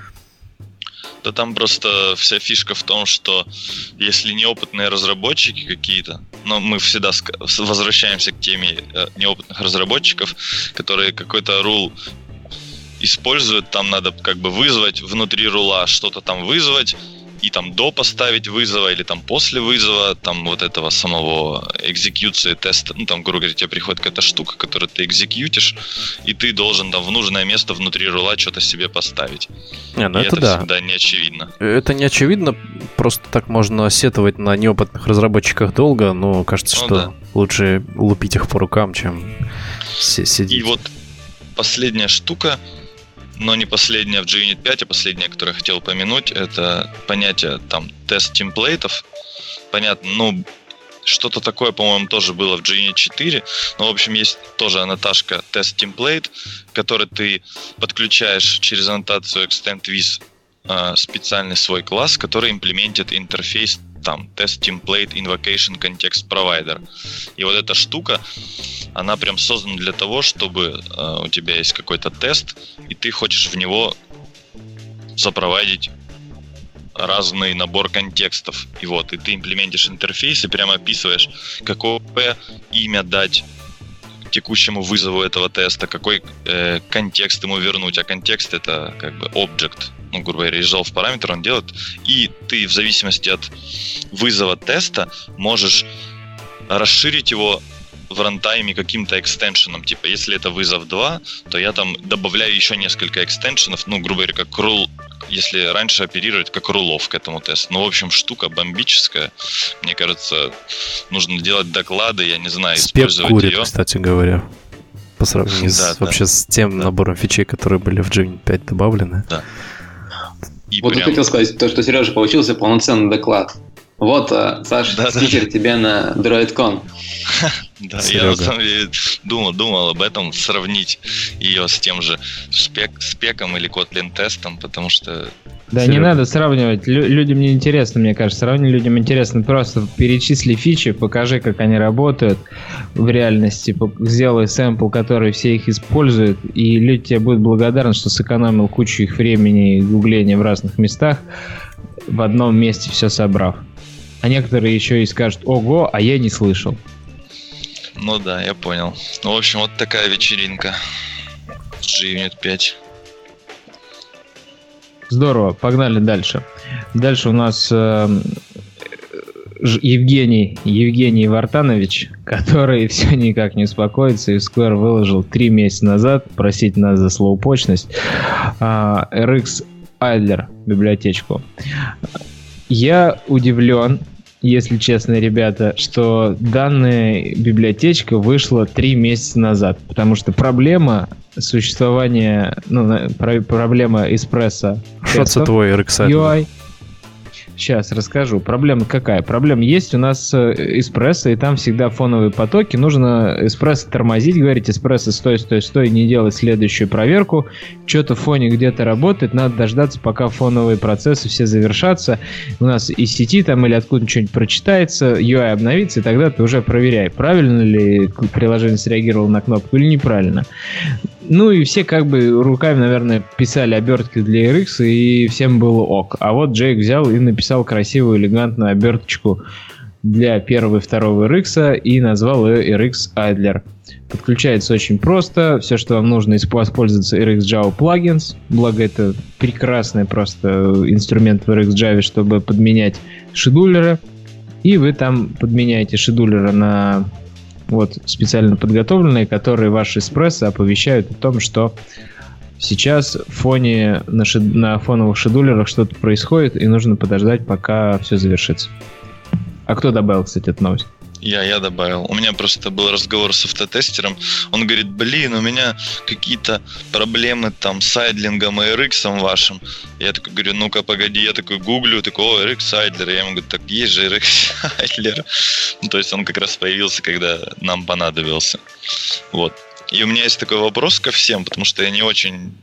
B: Да там просто вся фишка в том, что если неопытные разработчики какие-то, но мы всегда возвращаемся к теме неопытных разработчиков, которые какой-то рул используют, там надо как бы вызвать внутри рула, что-то там вызвать, и там до поставить вызова, или там после вызова, там вот этого самого экзекьюции теста, ну там, грубо говоря, тебе приходит какая-то штука, которую ты экзекьютишь, и ты должен там в нужное место внутри рула что-то себе поставить.
C: Не, ну
B: и
C: это,
B: это
C: да.
B: всегда не очевидно.
C: Это не очевидно, просто так можно сетовать на неопытных разработчиках долго, но кажется, ну, что да. лучше лупить их по рукам, чем сидеть.
B: И вот последняя штука, но не последняя в джи-Юнит пять, а последняя, которую я хотел упомянуть, это понятие там тест-темплейтов. Понятно, ну, что-то такое, по-моему, тоже было в джи-Юнит четыре. Но, в общем, есть тоже аннотажка тест-темплейт, который ты подключаешь через аннотацию extend-with э, специальный свой класс, который имплементит интерфейс там test-template invocation context provider. И вот эта штука, она прям создана для того, чтобы э, у тебя есть какой-то тест, и ты хочешь в него запроводить разный набор контекстов. И вот, и ты имплементишь интерфейс и прямо описываешь, какое имя дать текущему вызову этого теста, какой э, контекст ему вернуть. А контекст — это как бы object, ну, грубо говоря, resolve параметр он делает. И ты в зависимости от вызова теста можешь расширить его в рантайме каким-то экстеншеном. Типа, если это вызов два, то я там добавляю еще несколько экстеншенов, ну, грубо говоря, как рул, если раньше оперировать как рулов к этому тесту. Ну, в общем, штука бомбическая. Мне кажется, нужно делать доклады, я не знаю,
C: Спек
B: использовать
C: курит,
B: ее.
C: Кстати говоря, по сравнению
B: да,
C: с,
B: да.
C: вообще с тем да. набором фичей, которые были в джи-Юнит пять добавлены.
B: Да. И
D: вот
B: прям...
D: я хотел сказать, то, что Сережа получился полноценный доклад. Вот, Саш, да, стикер да. тебе на DroidCon.
B: Да, Серега. Я на самом деле думал, думал об этом, сравнить ее с тем же спек, спеком или Kotlin тестом, потому что...
A: Да, Серега. Не надо сравнивать. Лю- людям не интересно, мне кажется. Сравнивать людям интересно. Просто перечисли фичи, покажи, как они работают в реальности, сделай сэмпл, который все их используют, и люди тебе будут благодарны, что сэкономил кучу их времени и гугления в разных местах, в одном месте все собрав. А некоторые еще и скажут: ого, а я не слышал.
B: Ну да, я понял. Ну, в общем, вот такая вечеринка в джи-Юнит пять.
A: Здорово, погнали дальше. Дальше у нас э, Евгений, Евгений Вартанович, который все никак не успокоится, и в Square выложил три месяца назад, просить нас за слоупочность, э, эр икс Idler библиотечку. Я удивлен, если честно, ребята, что данная библиотечка вышла три месяца назад, потому что проблема существования, ну, проблема экспресса
C: Что это твой эр икс
A: ю ай. Сейчас расскажу. Проблема какая? Проблема есть у нас эспрессо, и там всегда фоновые потоки. Нужно эспрессо тормозить, говорить: эспрессо, стой, стой, стой, не делать следующую проверку. Что-то в фоне где-то работает, надо дождаться, пока фоновые процессы все завершатся. У нас из сети там или откуда что-нибудь прочитается, ю ай обновится, и тогда ты уже проверяй, правильно ли приложение среагировало на кнопку или неправильно. Ну и все как бы руками, наверное, писали обертки для эр икс, и всем было ок. А вот Джейк взял и написал красивую, элегантную оберточку для первого и второго эр икс и назвал ее эр икс Idler. Подключается очень просто. Все, что вам нужно, воспользоваться эр икс Java Plugins. Благо, это прекрасный просто инструмент в эр икс Java, чтобы подменять шедулеры. И вы там подменяете шедулеры на вот специально подготовленные, которые ваши эспрессо оповещают о том, что сейчас в фоне, на, шед... на фоновых шедулерах что-то происходит, и нужно подождать, пока все завершится. А кто добавил, кстати, эту новость?
B: Я, я добавил. У меня просто был разговор с автотестером. Он говорит, блин, у меня какие-то проблемы там с айдлингом и эр икс вашим. Я такой говорю, ну-ка, погоди. Я такой гуглю, такой, о, эр икс Idler. Я ему говорю, так есть же эр икс Idler. Ну, то есть он как раз появился, когда нам понадобился. Вот. И у меня есть такой вопрос ко всем, потому что я не очень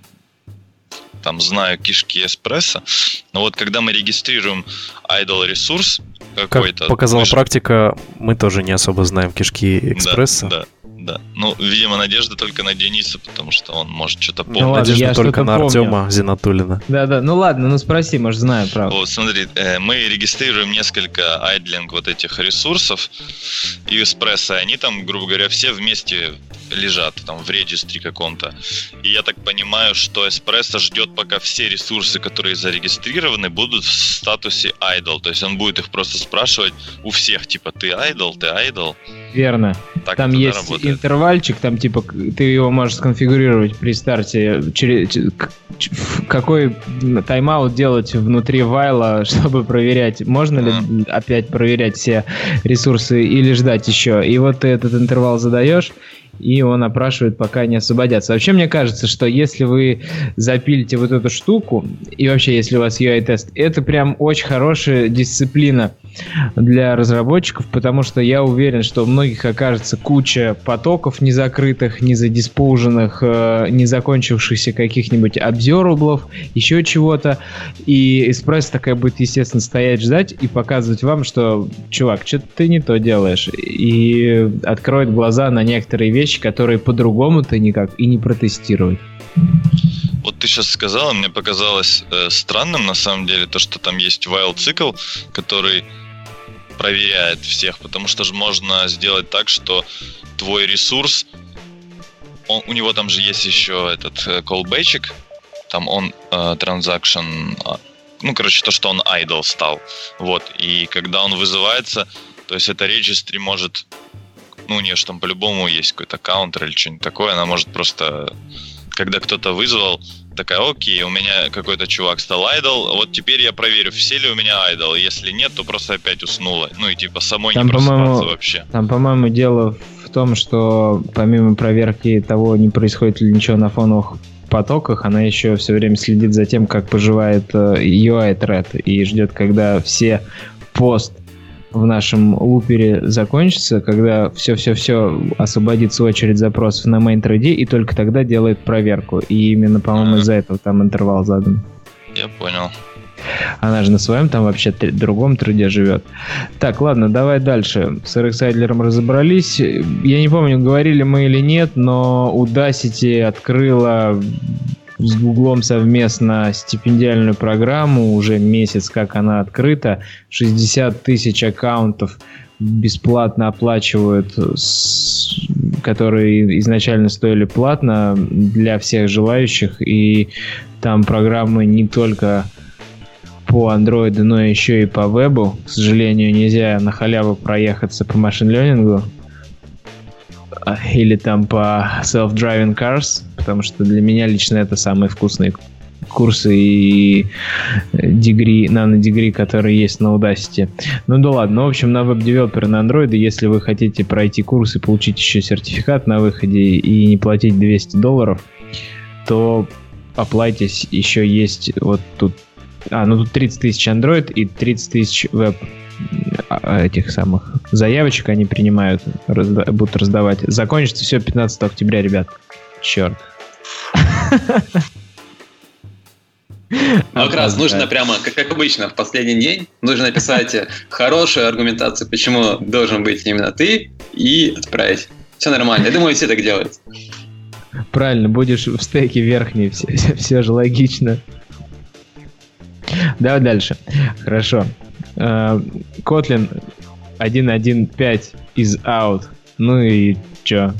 B: там знаю кишки эспрессо. Но вот когда мы регистрируем idle ресурс какой-то...
C: Как показала
B: же...
C: практика, мы тоже не особо знаем кишки экспресса.
B: Да, да, да. Ну, видимо, надежда только на Дениса, потому что он может что-то помнить.
C: Ну, ладно, надежда только на помню. Артема Зинатуллина.
A: Да-да, ну ладно, ну спроси, может, знаю, правда.
B: Вот, смотри, мы регистрируем несколько айдлинг вот этих ресурсов и эспрессо, они там, грубо говоря, все вместе лежат там в регистре каком-то. И я так понимаю, что эспрессо ждет, пока все ресурсы, которые зарегистрированы, будут в статусе idle. То есть он будет их просто спрашивать у всех, типа, ты idle, ты idle.
A: Верно.
B: Так
A: там есть
B: работает.
A: Интервальчик, там типа ты его можешь сконфигурировать при старте, через, какой тайм-аут делать внутри вайла, чтобы проверять, можно mm. ли опять проверять все ресурсы или ждать еще. И вот ты этот интервал задаешь, и он опрашивает, пока не освободятся. Вообще, мне кажется, что если вы запилите вот эту штуку, и вообще, если у вас ю ай-тест, это прям очень хорошая дисциплина для разработчиков, потому что я уверен, что у многих окажется куча потоков незакрытых, незадиспоуженных, не закончившихся каких-нибудь обзерваблов, еще чего-то, и эспрессо такая будет, естественно, стоять, ждать и показывать вам, что, чувак, что-то ты не то делаешь, и откроет глаза на некоторые вещи, которые по-другому ты никак и не протестировать.
B: Вот ты сейчас сказал, мне показалось э, странным на самом деле то, что там есть while цикл, который проверяет всех, потому что же можно сделать так, что твой ресурс, он, у него там же есть еще этот э, callback, там он э, transaction, э, ну короче то, что он idle стал, вот, и когда он вызывается, то есть это registry может, ну у нее же там по-любому есть какой-то каунтер или что-нибудь такое, она может просто, когда кто-то вызвал, такая, окей, у меня какой-то чувак стал idle, вот теперь я проверю, все ли у меня idle, если нет, то просто опять уснула, ну и типа самой там, не просыпаться вообще.
A: Там, по-моему, дело в том, что помимо проверки того, не происходит ли ничего на фоновых потоках, она еще все время следит за тем, как поживает ю ай-тред и ждет, когда все пост в нашем лупере закончится, когда все-все-все освободится очередь запросов на main-thread, и только тогда делает проверку. И именно, по-моему, из-за этого там интервал задан.
B: Я понял.
A: Она же на своем там вообще тр- другом треде живет. Так, ладно, давай дальше. С эр икс Idler разобрались. Я не помню, говорили мы или нет, но Udacity открыла с Гуглом совместно стипендиальную программу, уже месяц как она открыта, шестьдесят тысяч аккаунтов бесплатно оплачивают, с... которые изначально стоили платно для всех желающих, и там программы не только по Android, но еще и по вебу. К сожалению, нельзя на халяву проехаться по машин-лернингу или там по self-driving cars, потому что для меня лично это самые вкусные курсы и дегри, нано-дегри, которые есть на Udacity. Ну да ладно, в общем, на веб-девелопера на Android, если вы хотите пройти курс и получить еще сертификат на выходе и не платить двести долларов, то оплатитесь, еще есть вот тут, а, ну тут тридцать тысяч Android и тридцать тысяч веб этих самых заявочек они принимают, разда- будут раздавать. Закончится все пятнадцатого октября, ребят. Черт.
D: Ну, как раз нужно прямо, как, как обычно, в последний день нужно написать хорошую аргументацию, почему должен быть именно ты, и отправить. Все нормально. Я думаю, все так делают.
A: Правильно, будешь в стеке верхней, все, все, все же логично. Давай дальше. Хорошо. Kotlin один точка один точка пять is out. Ну и чё?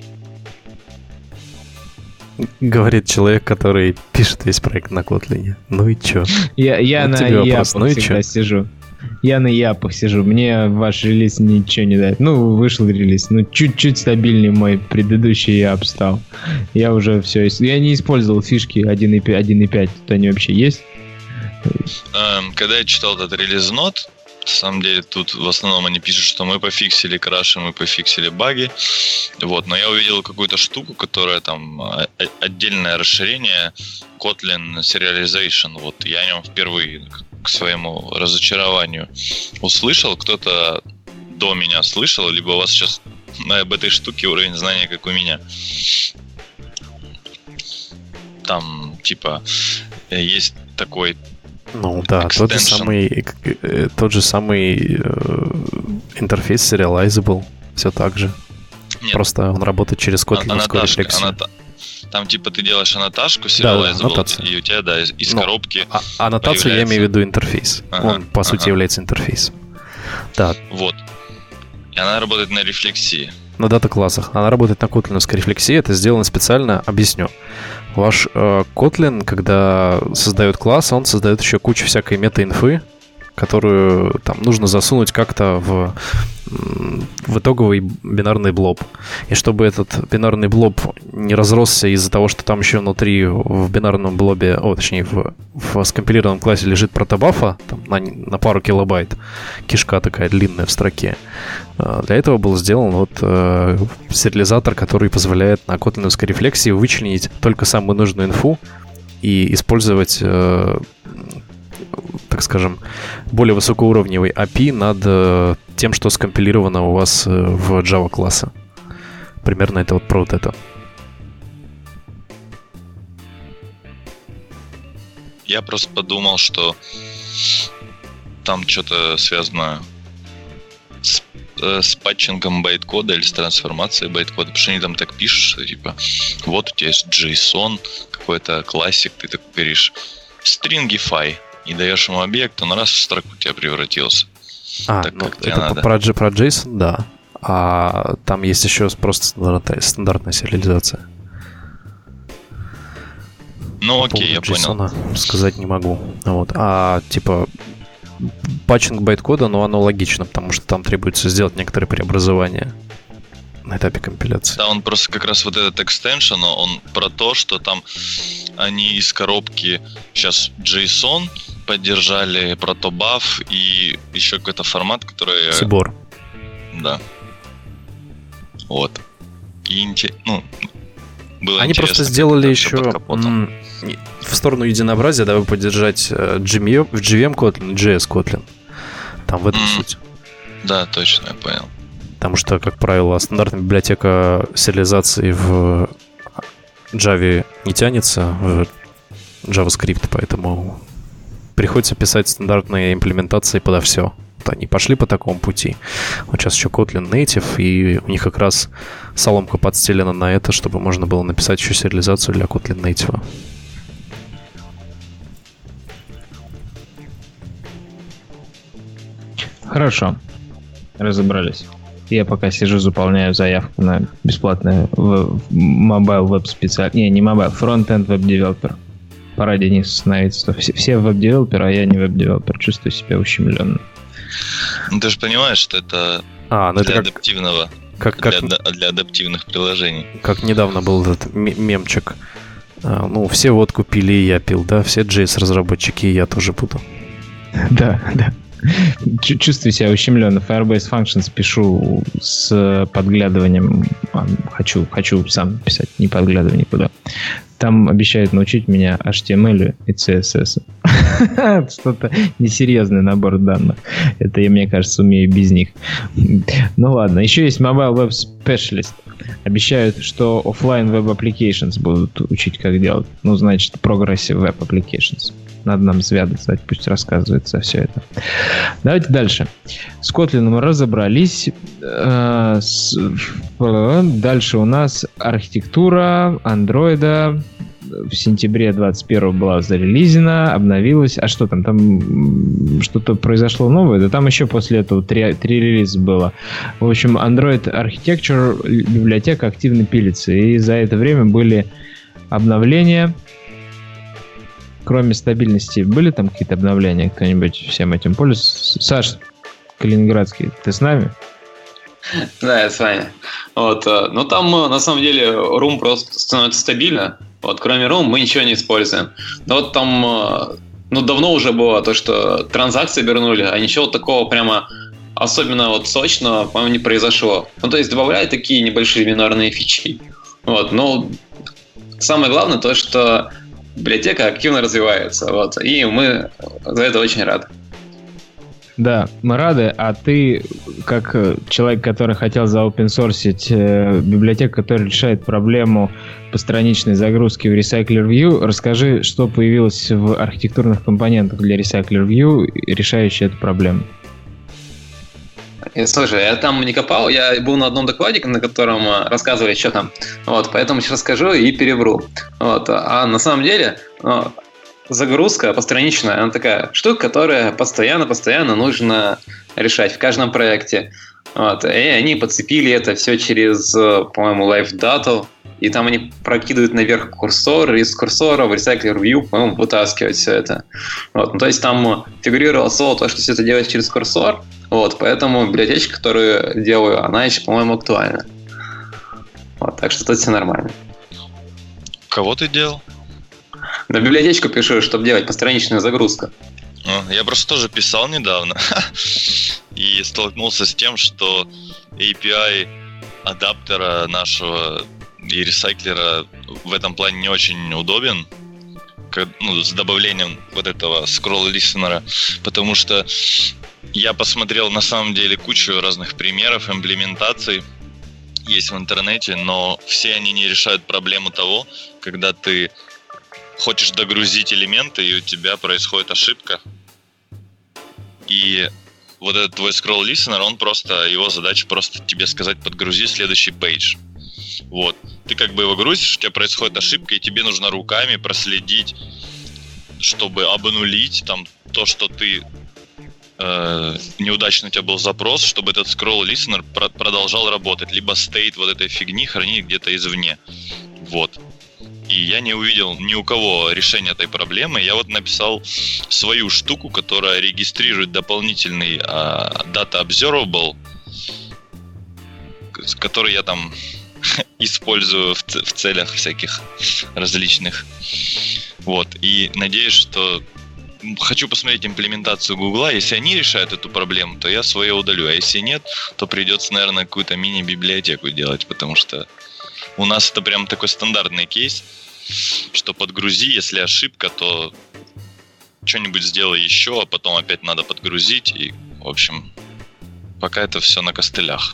C: Говорит человек, который пишет весь проект на Kotlin. Ну и чё?
A: Я, я вот на япах ну всегда сижу. Я на япах сижу. Мне ваш релиз ничего не дает. Ну, вышел релиз. Ну, чуть-чуть стабильнее мой предыдущий яп стал. Я уже все... Я не использовал фишки один точка пять. Тут они вообще есть?
B: Когда я читал этот релиз-нот, на самом деле тут в основном они пишут, что мы пофиксили краши, мы пофиксили баги. Вот, но я увидел какую-то штуку, которая там отдельное расширение Kotlin Serialization. Вот я о нем впервые к своему разочарованию услышал. Кто-то до меня слышал, либо у вас сейчас об этой штуке уровень знания, как у меня. Там типа есть такой
C: Ну да, тот же самый, тот же самый э, интерфейс Serializable, все так же. Нет. Просто он работает через Kotlin-овскую рефлексию. Анота...
B: Там типа ты делаешь аннотажку Serializable, да, и у тебя, да, из, из коробки
C: а, аннотацию появляется... я имею в виду интерфейс. Ага, он, по ага. сути, является интерфейсом. Да.
B: Вот. И она работает на рефлексии.
C: На дата-классах. Она работает на Kotlin-овской рефлексии. Это сделано специально, объясню. Ваш э, Kotlin, когда создает класс, он создает еще кучу всякой мета-инфы, которую там нужно засунуть как-то в, в итоговый бинарный блоб. И чтобы этот бинарный блоб не разросся из-за того, что там еще внутри в бинарном блобе, о, точнее, в, в скомпилированном классе лежит протобафа там, на, на пару килобайт, кишка такая длинная в строке. Для этого был сделан вот э, сериализатор, который позволяет на котлиновской рефлексии вычленить только самую нужную инфу и использовать, э, так скажем, более высокоуровневый эй пи над э, тем, что скомпилировано у вас э, в Java классе. Примерно это вот про вот это.
B: Я просто подумал, что там что-то связано с, э, с патчингом байткода или с трансформацией байткода, потому что они там так пишут, что типа вот у тебя есть JSON, какой-то классик, ты так говоришь stringify и даешь ему объект, он раз в строку у тебя превратился.
C: А, так, ну, это про, про JSON, да. А там есть еще просто стандартная, стандартная сериализация.
B: Ну окей, я понял.
C: Сказать не могу. Вот. А типа патчинг байткода, ну оно логично, потому что там требуется сделать некоторые преобразования на этапе компиляции.
B: Да, он просто как раз вот этот экстеншн, он про то, что там они из коробки сейчас JSON поддержали, протобаф и еще какой-то формат, который...
C: Сибор.
B: Да. Вот. И ну, было
C: они просто сделали еще м- в сторону единообразия, дабы поддержать джи эм, в джи эм Kotlin, джей эс Kotlin. Там в этом mm. суть.
B: Да, точно, я понял.
C: Потому что, как правило, стандартная библиотека сериализации в Java не тянется, в JavaScript, поэтому приходится писать стандартные имплементации подо все. Вот они пошли по такому пути. Вот сейчас еще Kotlin Native, и у них как раз соломка подстелена на это, чтобы можно было написать еще сериализацию для Kotlin Native.
A: Хорошо. Разобрались. Я пока сижу, заполняю заявку на бесплатный mobile веб специалист. Не, не mobile, фронт-энд веб-девелопер. Пора, Денис, становиться. Все, все веб-девелоперы, а я не веб-девелопер. Чувствую себя ущемленным.
B: Ну ты же понимаешь, что это
C: а, ну
B: для
C: это
B: адаптивного,
C: как,
B: для,
C: как,
B: для адаптивных приложений.
C: Как недавно был этот мемчик. А, ну, все вот купили, и я пил, да? Все джей эс-разработчики, и я тоже буду.
A: Да, да. Чувствую себя ущемленно. Firebase Functions пишу с подглядыванием. Хочу, хочу сам писать, не подглядывая никуда. Там обещают научить меня эйч ти эм эл и си эс эс. Что-то несерьезный набор данных. Это я, мне кажется, умею без них. Ну ладно. Еще есть Mobile Web Specialist. Обещают, что Offline Web Applications будут учить, как делать. Ну, значит, Progressive Web Applications. Надо нам связать, пусть рассказывается все это. Давайте дальше. С Kotlin мы разобрались. Дальше у нас архитектура андроида. в сентябре двадцать первого была зарелизена, обновилась. А что там? Там что-то произошло новое? Да там еще после этого три, три релиза было. В общем, Android Architecture библиотека активно пилится. И за это время были обновления. Кроме стабильности, были там какие-то обновления? Кто-нибудь всем этим пользуется? Саш Калининградский, ты с нами?
D: Да, я с вами. Вот, но там, на самом деле, Room просто становится стабильно. Вот, кроме Room мы ничего не используем. Но вот там, ну, давно уже было то, что транзакции вернули, а ничего такого прямо особенно вот сочного, по-моему, не произошло. Ну, то есть добавляют такие небольшие минорные фичи. Вот, но самое главное то, что библиотека активно развивается. Вот, и мы за это очень рады.
A: Да, мы рады, а ты, как человек, который хотел заопенсорсить э, библиотеку, которая решает проблему постраничной загрузки в Recycler View, расскажи, что появилось в архитектурных компонентах для Recycler View, решающие эту проблему.
D: Слушай, я там не копал, я был на одном докладе, на котором рассказывали, что там. Вот, поэтому сейчас расскажу и перевру. Вот, а на самом деле... Загрузка постраничная, она такая штука, которая постоянно-постоянно нужно решать в каждом проекте. Вот. И они подцепили это все через, по-моему, LiveData, и там они прокидывают наверх курсор, и из курсора в Recycler View, по-моему, вытаскивают все это. Вот. Ну, то есть там фигурировало слово то, что все это делать через курсор, вот. Поэтому библиотечка, которую делаю, она еще, по-моему, актуальна. Вот. Так что тут все нормально.
B: Кого ты делал?
D: На библиотечку пишу, чтобы делать постраничную загрузку.
B: Я просто тоже писал недавно и столкнулся с тем, что эй пи ай адаптера нашего и ресайклера в этом плане не очень удобен, ну, с добавлением вот этого scroll-listener, потому что я посмотрел на самом деле кучу разных примеров имплементаций есть в интернете, но все они не решают проблему того, когда ты хочешь догрузить элементы, и у тебя происходит ошибка. И вот этот твой scroll listener, он просто, его задача просто тебе сказать: подгрузи следующий пейдж. Вот. Ты как бы его грузишь, у тебя происходит ошибка, и тебе нужно руками проследить, чтобы обнулить там то, что ты э, неудачный у тебя был запрос, чтобы этот scroll listener про- продолжал работать. Либо state вот этой фигни хранить где-то извне. Вот. И я не увидел ни у кого решения этой проблемы. Я вот написал свою штуку, которая регистрирует дополнительный uh, Data Observable, который я там использую в, ц- в целях всяких различных. Вот. И надеюсь, что... Хочу посмотреть имплементацию Гугла. Если они решают эту проблему, то я свое удалю. А если нет, то придется, наверное, какую-то мини-библиотеку делать, потому что у нас это прям такой стандартный кейс, что подгрузи, если ошибка, то что-нибудь сделай еще, а потом опять надо подгрузить. И, в общем, пока это все на костылях.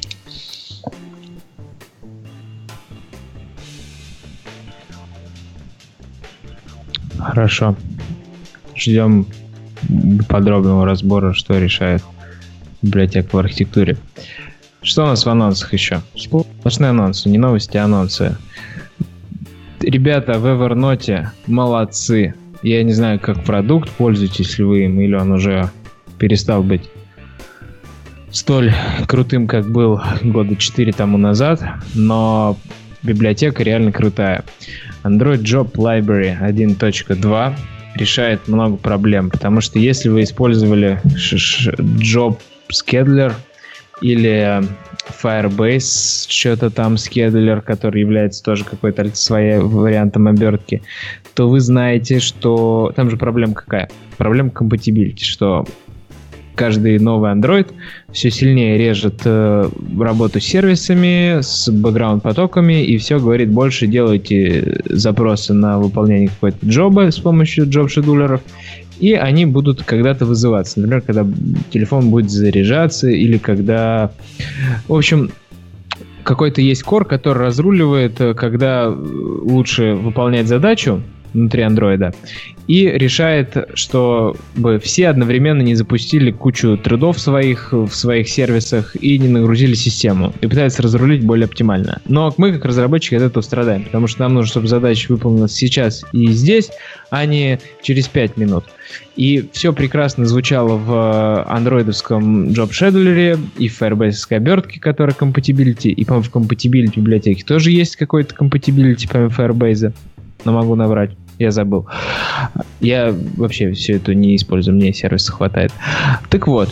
A: Хорошо. Ждем подробного разбора, что решает библиотека в архитектуре. Что у нас в анонсах еще? Сплошные анонсы, не новости, а анонсы. Ребята в Evernote молодцы. Я не знаю, как продукт, пользуетесь ли вы им, или он уже перестал быть столь крутым, как был года четыре тому назад, но библиотека реально крутая. Android Job Library один точка два решает много проблем, потому что если вы использовали Job Scheduler или Firebase, что-то там Scheduler, который является тоже какой-то своим вариантом обертки, то вы знаете, что там же проблема какая? Проблема compatibility, что каждый новый Android все сильнее режет э, работу с сервисами, с бэкграунд-потоками, и все говорит: больше делайте запросы на выполнение какой-то джоба с помощью джоб-шедулеров, и они будут когда-то вызываться. Например, когда телефон будет заряжаться, или когда... В общем, какой-то есть кор, который разруливает, когда лучше выполнять задачу внутри андроида. И решает, чтобы все одновременно не запустили кучу тредов своих в своих сервисах и не нагрузили систему. И пытается разрулить более оптимально. Но мы, как разработчики, от этого страдаем. Потому что нам нужно, чтобы задача выполнилась сейчас и здесь, а не через пять минут. И все прекрасно звучало в андроидовском Job Scheduler и в Firebase обертке, которая compatibility. И, по-моему, в compatibility библиотеке тоже есть какой-то compatibility, помимо Firebase. Но могу наврать. Я забыл. Я вообще все это не использую, мне сервиса хватает. Так вот,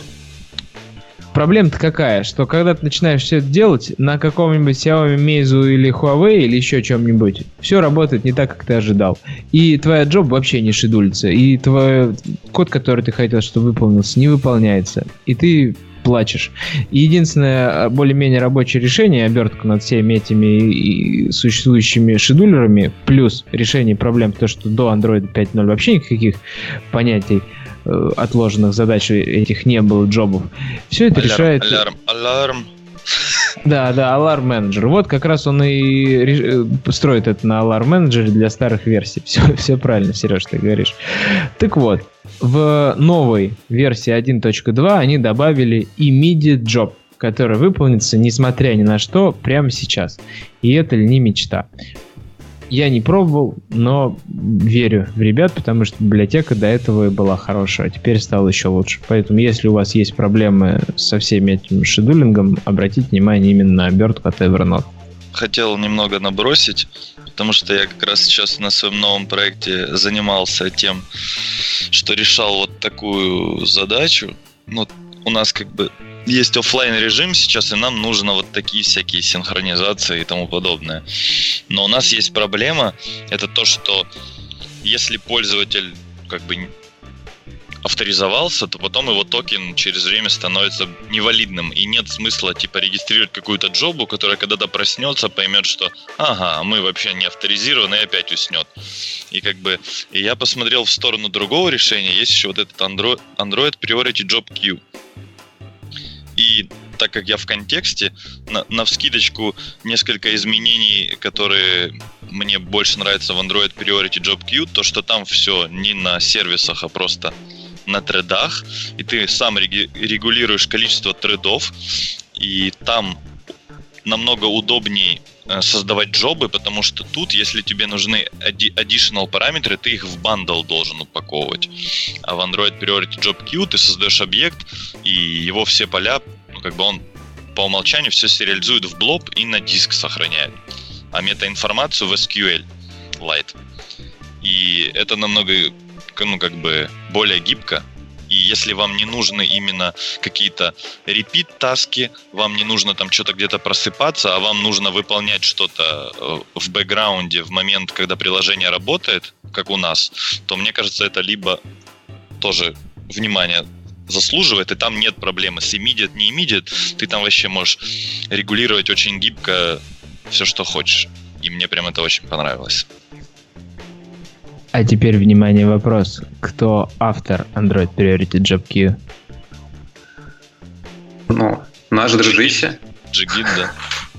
A: проблема-то какая, что когда ты начинаешь все это делать на каком-нибудь Xiaomi, Meizu или Huawei или еще чем-нибудь, все работает не так, как ты ожидал. И твоя джоб вообще не шедулится. И твой код, который ты хотел, чтобы выполнился, не выполняется. И ты плачешь. И единственное более-менее рабочее решение, обертка над всеми этими существующими шедулерами, плюс решение проблем, то, что до Android пять ноль вообще никаких понятий э, отложенных задач этих не было, джобов. Все это алярм, решает...
B: Алярм, алярм.
A: Да, да, Alarm Manager. Вот как раз он и реш... строит это на Alarm Manager для старых версий. Все, все правильно, Сереж, ты говоришь. Так вот, в новой версии один точка два они добавили immediate job, который выполнится, несмотря ни на что, прямо сейчас. И это ли не мечта? Я не пробовал, но верю в ребят, потому что библиотека до этого была хорошая, а теперь стала еще лучше. Поэтому, если у вас есть проблемы со всеми этим шедулингом, обратите внимание именно на обертку от Evernote.
B: Хотел немного набросить, потому что я как раз сейчас на своем новом проекте занимался тем, что решал вот такую задачу. Ну, у нас как бы есть офлайн режим сейчас, и нам нужно вот такие всякие синхронизации и тому подобное. Но у нас есть проблема, это то, что если пользователь как бы авторизовался, то потом его токен через время становится невалидным, и нет смысла типа регистрировать какую-то джобу, которая когда-то проснется, поймет, что ага, мы вообще не авторизированы, и опять уснет. И как бы и я посмотрел в сторону другого решения, есть еще вот этот Android, Android Priority Job Queue. И так как я в контексте, на, навскидочку несколько изменений, которые мне больше нравятся в Android Priority Job Queue, то что там все не на сервисах, а просто на тредах, и ты сам реги- регулируешь количество тредов, и там намного удобнее э, создавать джобы, потому что тут, если тебе нужны addi- additional параметры, ты их в бандл должен упаковывать. А в Android Priority Job Queue ты создаешь объект, и его все поля, ну, как бы он по умолчанию все сериализует в блоб и на диск сохраняет, а метаинформацию в эс кью эль Lite. И это намного, ну, как бы более гибко. И если вам не нужны именно какие-то репит-таски, вам не нужно там что-то где-то просыпаться, а вам нужно выполнять что-то в бэкграунде в момент, когда приложение работает, как у нас, то мне кажется, это либо тоже внимание заслуживает, и там нет проблемы с immediate, не immediate, ты там вообще можешь регулировать очень гибко все, что хочешь. И мне прям это очень понравилось.
A: А теперь, внимание, вопрос. Кто автор Android Priority Job Queue?
D: Ну, наш дружище.
B: Джигит, да.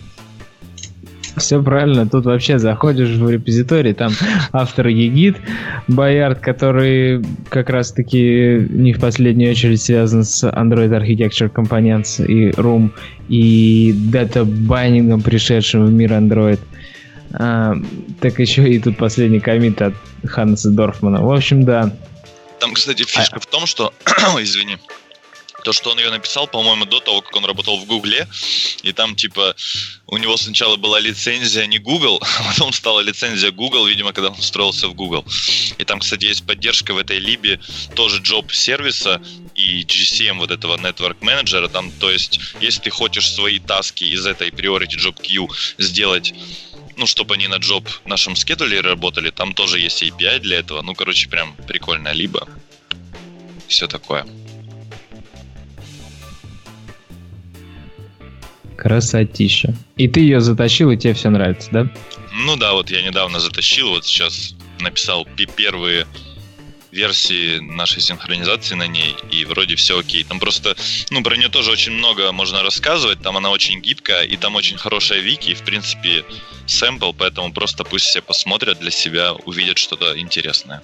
A: Все правильно, тут вообще заходишь в репозиторий, там автор Егид, Боярд, который как раз-таки не в последнюю очередь связан с Android Architecture Components и Room, и дата-байнингом, пришедшим в мир Android. А, так еще и тут последний коммит от Ханнеса Дорфмана. В общем, да.
B: Там, кстати, фишка а... в том, что... Извини. То, что он ее написал, по-моему, до того, как он работал в Гугле. И там, типа, у него сначала была лицензия не Google, а потом стала лицензия Google, видимо, когда он устроился в Google. И там, кстати, есть поддержка в этой либе тоже джоб-сервиса и джи си эм вот этого Network Manager. Там, то есть, если ты хочешь свои таски из этой Priority Job Queue сделать, ну, чтобы они на джоб нашем скедулере работали, там тоже есть эй пи ай для этого. Ну, короче, прям прикольная либо. Все такое.
A: Красотища. И ты ее затащил, и тебе все нравится, да?
B: Ну да, вот я недавно затащил, вот сейчас написал первые версии нашей синхронизации на ней, и вроде все окей. Там просто, ну, про нее тоже очень много можно рассказывать, там она очень гибкая, и там очень хорошая вики, и, в принципе, сэмпл, поэтому просто пусть все посмотрят для себя, увидят что-то интересное.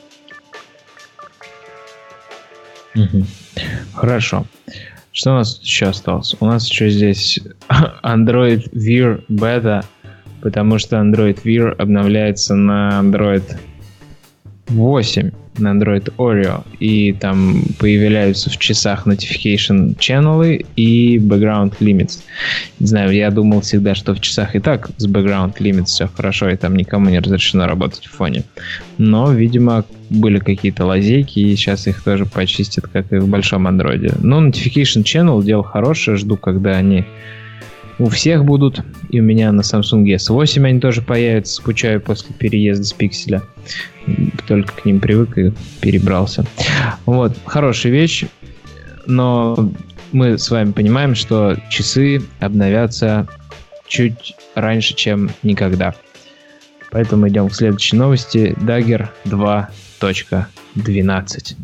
A: Угу. Хорошо. Что у нас еще осталось? У нас еще здесь Android Wear Beta, потому что Android Wear обновляется на Android восемь, на Android Oreo, и там появляются в часах notification channel и background limits. Не знаю, я думал всегда, что в часах и так с background limits все хорошо, и там никому не разрешено работать в фоне. Но, видимо, были какие-то лазейки, и сейчас их тоже почистят, как и в большом андроиде. Но notification channel дело хорошее, жду, когда они у всех будут, и у меня на Samsung эс восемь они тоже появятся, скучаю после переезда с пикселя. Только к ним привык и перебрался. Вот, хорошая вещь, но мы с вами понимаем, что часы обновятся чуть раньше, чем никогда. Поэтому идем к следующей новости. Dagger два точка двенадцать.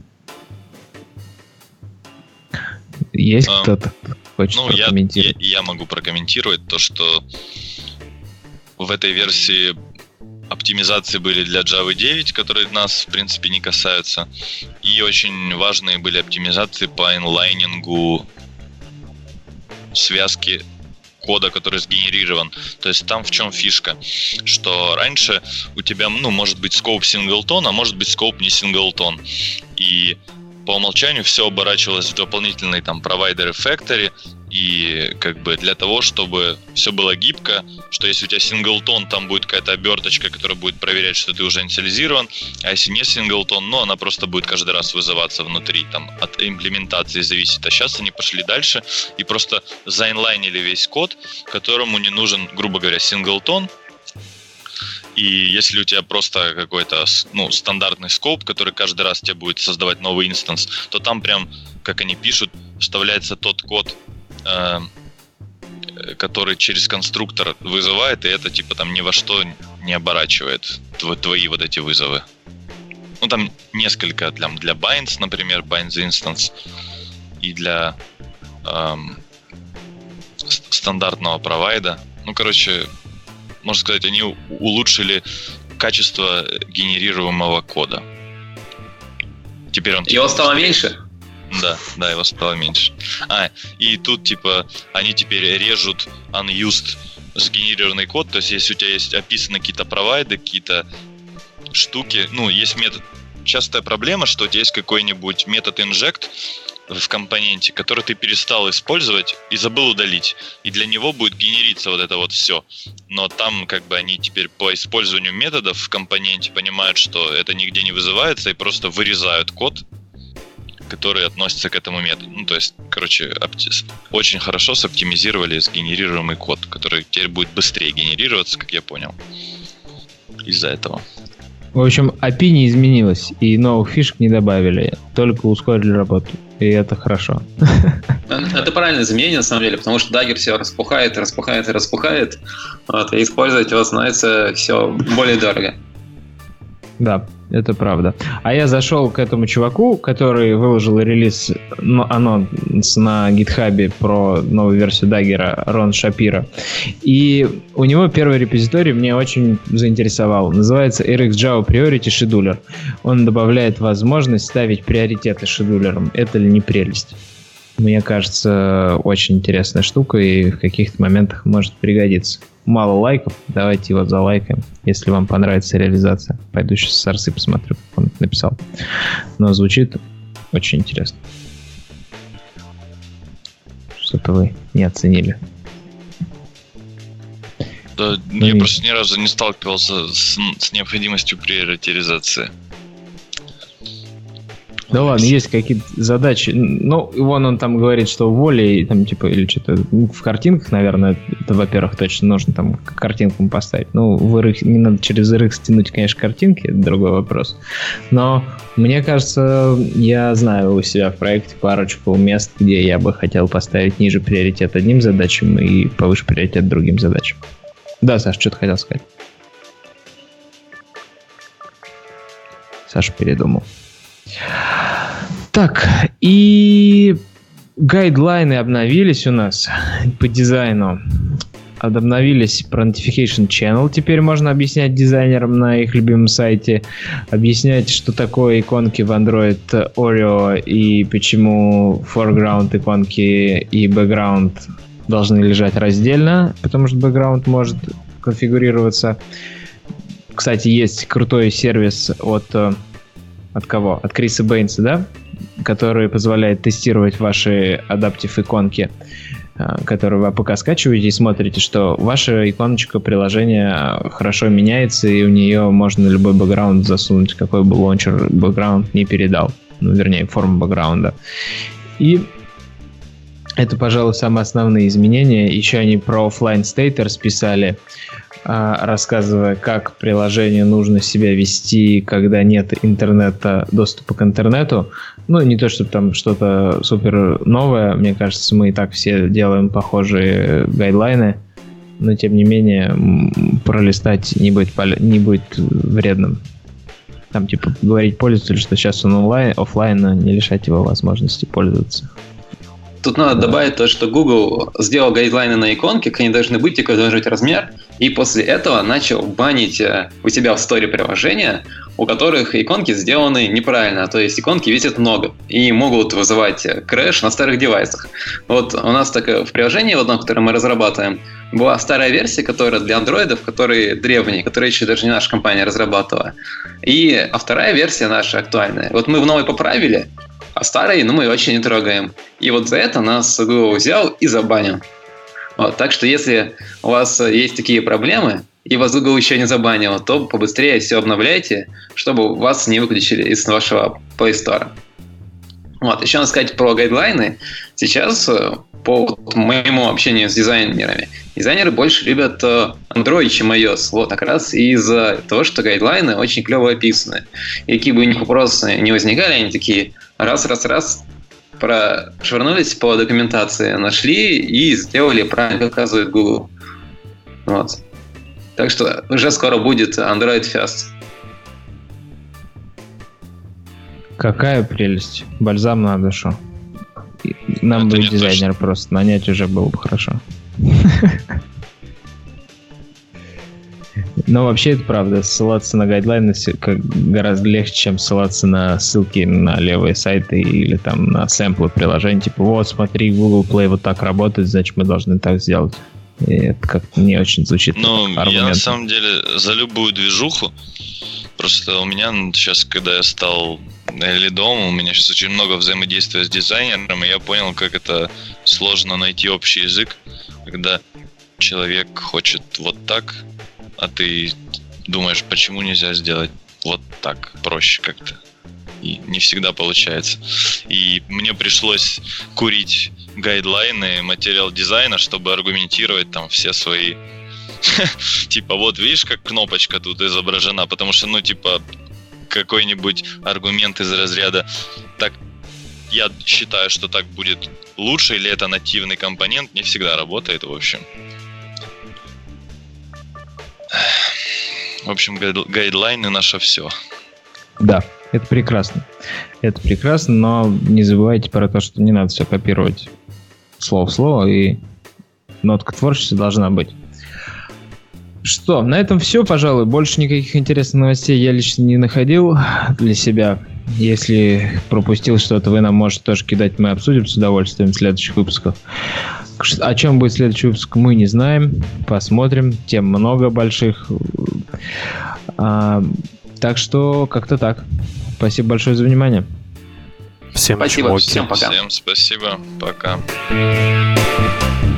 A: Есть а, кто-то, кто хочет
B: ну, прокомментировать? Я, я, я могу прокомментировать то, что в этой версии оптимизации были для Java девять, которые нас, в принципе, не касаются. И очень важные были оптимизации по инлайнингу связки кода, который сгенерирован. То есть там в чем фишка? Что раньше у тебя, ну, может быть scope singleton, а может быть scope не singleton. И по умолчанию все оборачивалось в дополнительные там провайдеры factory, и как бы для того, чтобы все было гибко, что если у тебя синглтон, там будет какая-то оберточка, которая будет проверять, что ты уже инициализирован, а если не синглтон, ну, она просто будет каждый раз вызываться внутри, там, от имплементации зависит. А сейчас они пошли дальше и просто заинлайнили весь код, которому не нужен, грубо говоря, синглтон. И если у тебя просто какой-то, ну, стандартный скоп, который каждый раз тебе будет создавать новый инстанс, то там прям, как они пишут, вставляется тот код, э, который через конструктор вызывает, и это типа там ни во что не оборачивает тв- твои вот эти вызовы. Ну, там несколько для, для binds, например, bind the instance, и для эм, стандартного провайда. Ну, короче, можно сказать, они улучшили качество генерируемого кода. Теперь он...
D: Его стало меньше?
B: Да, да, его стало меньше. А, и тут, типа, они теперь режут unused сгенерированный код. То есть, если у тебя есть описаны какие-то провайды, какие-то штуки, ну, есть метод... Частая проблема, что у тебя есть какой-нибудь метод inject в компоненте, который ты перестал использовать и забыл удалить. И для него будет генериться вот это вот все. Но там как бы они теперь по использованию методов в компоненте понимают, что это нигде не вызывается, и просто вырезают код, который относится к этому методу. Ну, то есть, короче, опти- очень хорошо соптимизировали сгенерируемый код, который теперь будет быстрее генерироваться, как я понял, из-за этого.
A: В общем, эй пи ай не изменилось, и новых фишек не добавили, только ускорили работу. И это хорошо.
D: Это правильное изменение, на самом деле, потому что Dagger все распухает, распухает и распухает, вот, и использовать его становится все более дорого.
A: Да, это правда. А я зашел к этому чуваку, который выложил релиз, ну, анонс на гитхабе про новую версию Dagger, Рон Шапиро. И у него первый репозиторий меня очень заинтересовал. Называется эр икс Java Priority Scheduler. Он добавляет возможность ставить приоритеты шедулером. Это ли не прелесть? Мне кажется, очень интересная штука и в каких-то моментах может пригодиться. Мало лайков, давайте его залайкаем, если вам понравится реализация. Пойду сейчас с Арсы посмотрю, как он это написал. Но звучит очень интересно. Что-то вы не оценили.
B: Да, ну, я и... просто ни разу не сталкивался с, с необходимостью приоритизации.
A: Да ладно, есть какие-то задачи. Ну, вон он там говорит, что волей, там, типа, или что-то в картинках, наверное, это, во-первых, точно нужно там картинку поставить. Ну, в эр икс, не надо через эр икс тянуть, конечно, картинки, это другой вопрос. Но мне кажется, я знаю у себя в проекте парочку мест, где я бы хотел поставить ниже приоритет одним задачам и повыше приоритет другим задачам. Да, Саш, что ты хотел сказать? Саша передумал. Так, и гайдлайны обновились у нас по дизайну. Обновились про Notification Channel. Теперь можно объяснять дизайнерам на их любимом сайте, объяснять, что такое иконки в Android Oreo и почему foreground иконки и background должны лежать раздельно, потому что background может конфигурироваться. Кстати, есть крутой сервис от, от кого? От Криса Бэйнса, да? Который позволяет тестировать ваши адаптив иконки, которые вы пока скачиваете и смотрите, что ваша иконочка приложения хорошо меняется, и у нее можно любой бэкграунд засунуть, какой бы лаунчер бэкграунд не передал. Ну, вернее, форму бэкграунда. И это, пожалуй, самые основные изменения. Еще они про офлайн стейт расписали, рассказывая, как приложению нужно себя вести, когда нет интернета, доступа к интернету. Ну, не то, чтобы там что-то супер новое. Мне кажется, мы и так все делаем похожие гайдлайны. Но, тем не менее, пролистать не будет, не будет вредным. Там, типа, говорить пользователю, что сейчас он онлайн, офлайн, не лишать его возможности пользоваться.
D: Тут надо добавить то, что Google сделал гайдлайны на иконки, как они должны быть и какой должен быть размер, и после этого начал банить у себя в сторе приложения, у которых иконки сделаны неправильно, то есть иконки весят много и могут вызывать крэш на старых девайсах. Вот у нас так в приложении в одном, которое мы разрабатываем, была старая версия, которая для андроидов, которые древние, которые еще даже не наша компания разрабатывала, и а вторая версия наша актуальная. Вот мы в новой поправили, а старый, ну, мы вообще не трогаем. И вот за это нас Google взял и забанил. Вот, так что если у вас есть такие проблемы, и вас Google еще не забанил, то побыстрее все обновляйте, чтобы вас не выключили из вашего Play Store. Вот, еще надо сказать про гайдлайны. Сейчас, по моему общению с дизайнерами, дизайнеры больше любят Android, чем iOS. Вот, как раз из-за того, что гайдлайны очень клево описаны. И какие бы у них вопросы не возникали, они такие раз-раз-раз прошвырнулись по документации, нашли и сделали правильно, как указывает Google. Вот. Так что уже скоро будет Android Fest.
A: Какая прелесть. Бальзам на душу. Нам бы дизайнер просто нанять уже было бы хорошо. Но вообще это правда. Ссылаться на гайдлайны гораздо легче, чем ссылаться на ссылки на левые сайты или там на сэмплы приложений. Типа, вот, смотри, Google Play вот так работает, значит, мы должны так сделать. И это как-то не очень звучит.
B: Ну, я на самом деле за любую движуху. Просто у меня сейчас, когда я стал лидом, у меня сейчас очень много взаимодействия с дизайнером, и я понял, как это сложно найти общий язык, когда человек хочет вот так, а ты думаешь, почему нельзя сделать вот так, проще как-то. И не всегда получается. И мне пришлось курить гайдлайны, материал дизайна, чтобы аргументировать там все свои... Типа, вот видишь, как кнопочка тут изображена, потому что, ну, типа, какой-нибудь аргумент из разряда так, я считаю, что так будет лучше, или это нативный компонент, не всегда работает, в общем. В общем, гайдлайны наше все.
A: Да, это прекрасно. Это прекрасно, но не забывайте про то, что не надо все копировать слово в слово, и нотка творчества должна быть. Что, на этом все, пожалуй. Больше никаких интересных новостей я лично не находил для себя. Если пропустил что-то, вы нам можете тоже кидать, мы обсудим с удовольствием в следующих выпусках. О чем будет следующий выпуск, мы не знаем. Посмотрим. Тем много больших. А, так что как-то так. Спасибо большое за внимание.
C: Всем
D: спасибо.
C: чмоки.
D: Всем пока.
B: Всем спасибо. Пока.